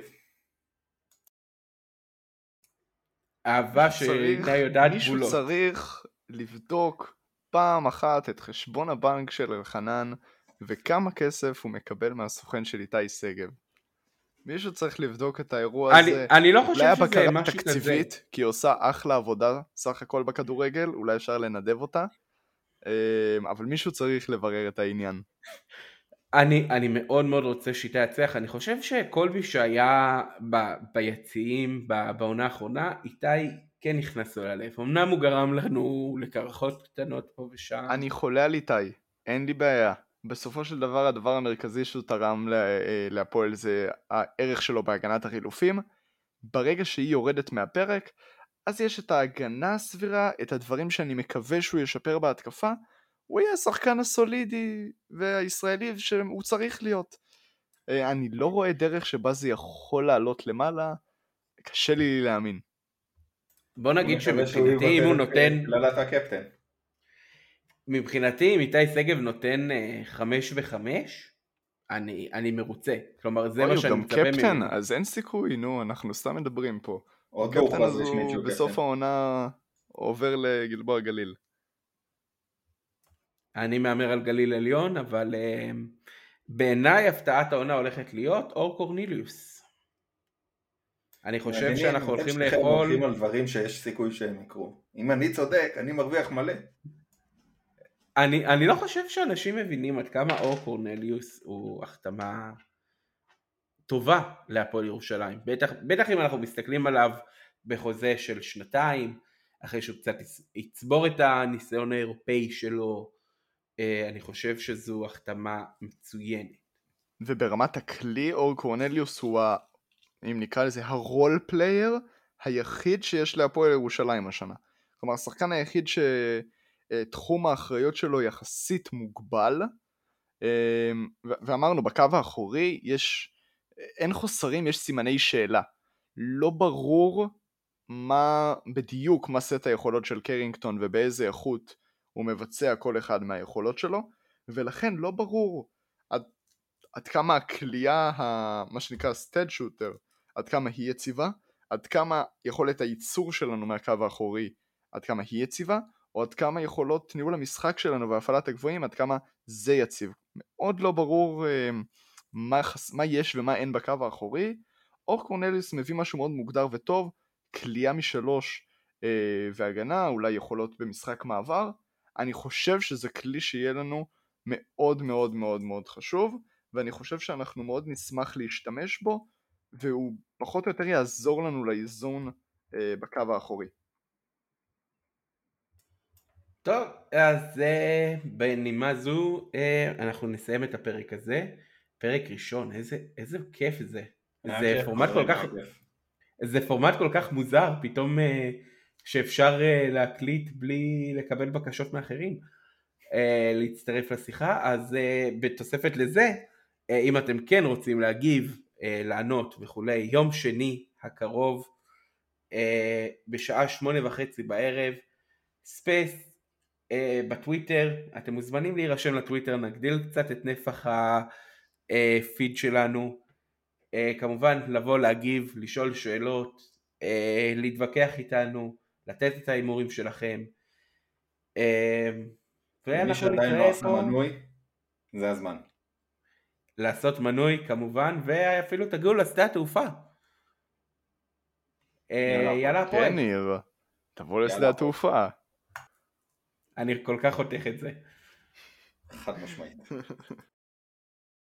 אהבה שאינה יודעת מישהו גבולות. צריך לבדוק פעם אחת את חשבון הבנק של אלחנן וכמה כסף הוא מקבל מהסוכן של איתי שגב. מישהו צריך לבדוק את האירוע הזה. אני לא חושב אולי שזה הבקרה משהו כזה. תקציבית, כי היא עושה אחלה עבודה סך הכל בכדורגל, אולי אפשר לנדב אותה, אבל מישהו צריך לברר את העניין. אני מאוד מאוד רוצה שאיתי יצליח. אני חושב שכל מי שהיה ביציעים בעונה האחרונה, איתי כן נכנס לו ללב. אמנם הוא גרם לנו לקרחות קטנות פה ושם. אני חולה על איתי, אין לי בעיה. בסופו של דבר הדבר המרכזי שהוא תרם להפועל זה הערך שלו בהגנת החילופים. ברגע שהיא יורדת מהפרק, אז יש את ההגנה הסבירה, את הדברים שאני מקווה שהוא ישפר בהתקפה, הוא יהיה השחקן הסולידי והישראלי שהוא צריך להיות. אני לא רואה דרך שבה זה יכול לעלות למעלה, קשה לי להאמין. בוא נגיד שמבחינתי אם הוא נותן... כללת הקפטן. מבחינתי אם איתי שגב נותן 5 ו5, אני מרוצה. כלומר זה מה שאני מצפה ממנו. הוא גם קפטן, אז אין סיכוי, נו, אנחנו סתם מדברים פה. עוד לא הוכרז הקפטן רשמית שהוא הזו בסוף קפטן. העונה עובר לגלבוע גליל. אני מאמר על גליל עליון, אבל בעיניי הפתעת העונה הולכת להיות אור קורניליוס. אני חושב שאנחנו הולכים לאכול... הם הולכים על דברים שיש סיכוי שהם יקרו. אם אני צודק, אני מרוויח מלא. אני לא חושב שאנשים מבינים עד כמה אור קורניליוס הוא החתמה טובה להפועל ירושלים. בטח אם אנחנו מסתכלים עליו בחוזה של 2 אחרי שהוא קצת יצבור את הניסיון האירופאי שלו, אני חושב שזו החתמה מצוינת. וברמת הכלי, אור קורנליוס הוא, אם נקרא לזה, הרול פלייר היחיד שיש להפועל ירושלים השנה. כלומר, השחקן היחיד שתחום האחריות שלו יחסית מוגבל, ואמרנו, בקו האחורי אין חוסרים, יש סימני שאלה. לא ברור בדיוק מה סט היכולות של קרינגטון ובאיזה איכות הוא מבצע כל אחד מהיכולות שלו, ולכן לא ברור עד כמה הקליעה, מה שנקרא סטד שוטר, עד כמה היא יציבה, עד כמה יכולת הייצור שלנו מהקו האחורי, עד כמה היא יציבה, או עד כמה יכולות ניהול המשחק שלנו והפעלת הגבוהים, עד כמה זה יציב. מאוד לא ברור מה יש ומה אין בקו האחורי. אור קורנליוס מביא משהו מאוד מוגדר וטוב, קליעה משלוש והגנה, אולי יכולות במשחק מעבר. אני חושב שזה כלי שיהיה לנו מאוד מאוד מאוד מאוד חשוב, ואני חושב שאנחנו מאוד נשמח להשתמש בו, והוא פחות או יותר יעזור לנו לאיזון בקו האחורי. טוב, אז בנימה זו אנחנו נסיים את הפרק הזה. פרק ראשון, איזה כיף זה. זה פורמט כל כך מוזר, פתאום שאפשר להקליט בלי לקבל בקשות מאחרים להצטרף לשיחה. אז בתוספת לזה, אם אתם כן רוצים להגיב, לענות וכולי, יום שני הקרוב בשעה 8:30 בערב, ספייס בטוויטר, אתם מוזמנים להירשם לטוויטר, נגדיל קצת את נפח הפיד שלנו, כמובן לבוא להגיב, לשאול שאלות, להתווכח איתנו, לתת את האימורים שלכם, ומי שעדיין לא עשה מנוי, זה הזמן. לעשות מנוי כמובן, ואפילו תגיעו לשדה התעופה. יאללה הפועל. כן ניר, תבוא לשדה התעופה. אני כל כך חותך את זה. חד משמעית.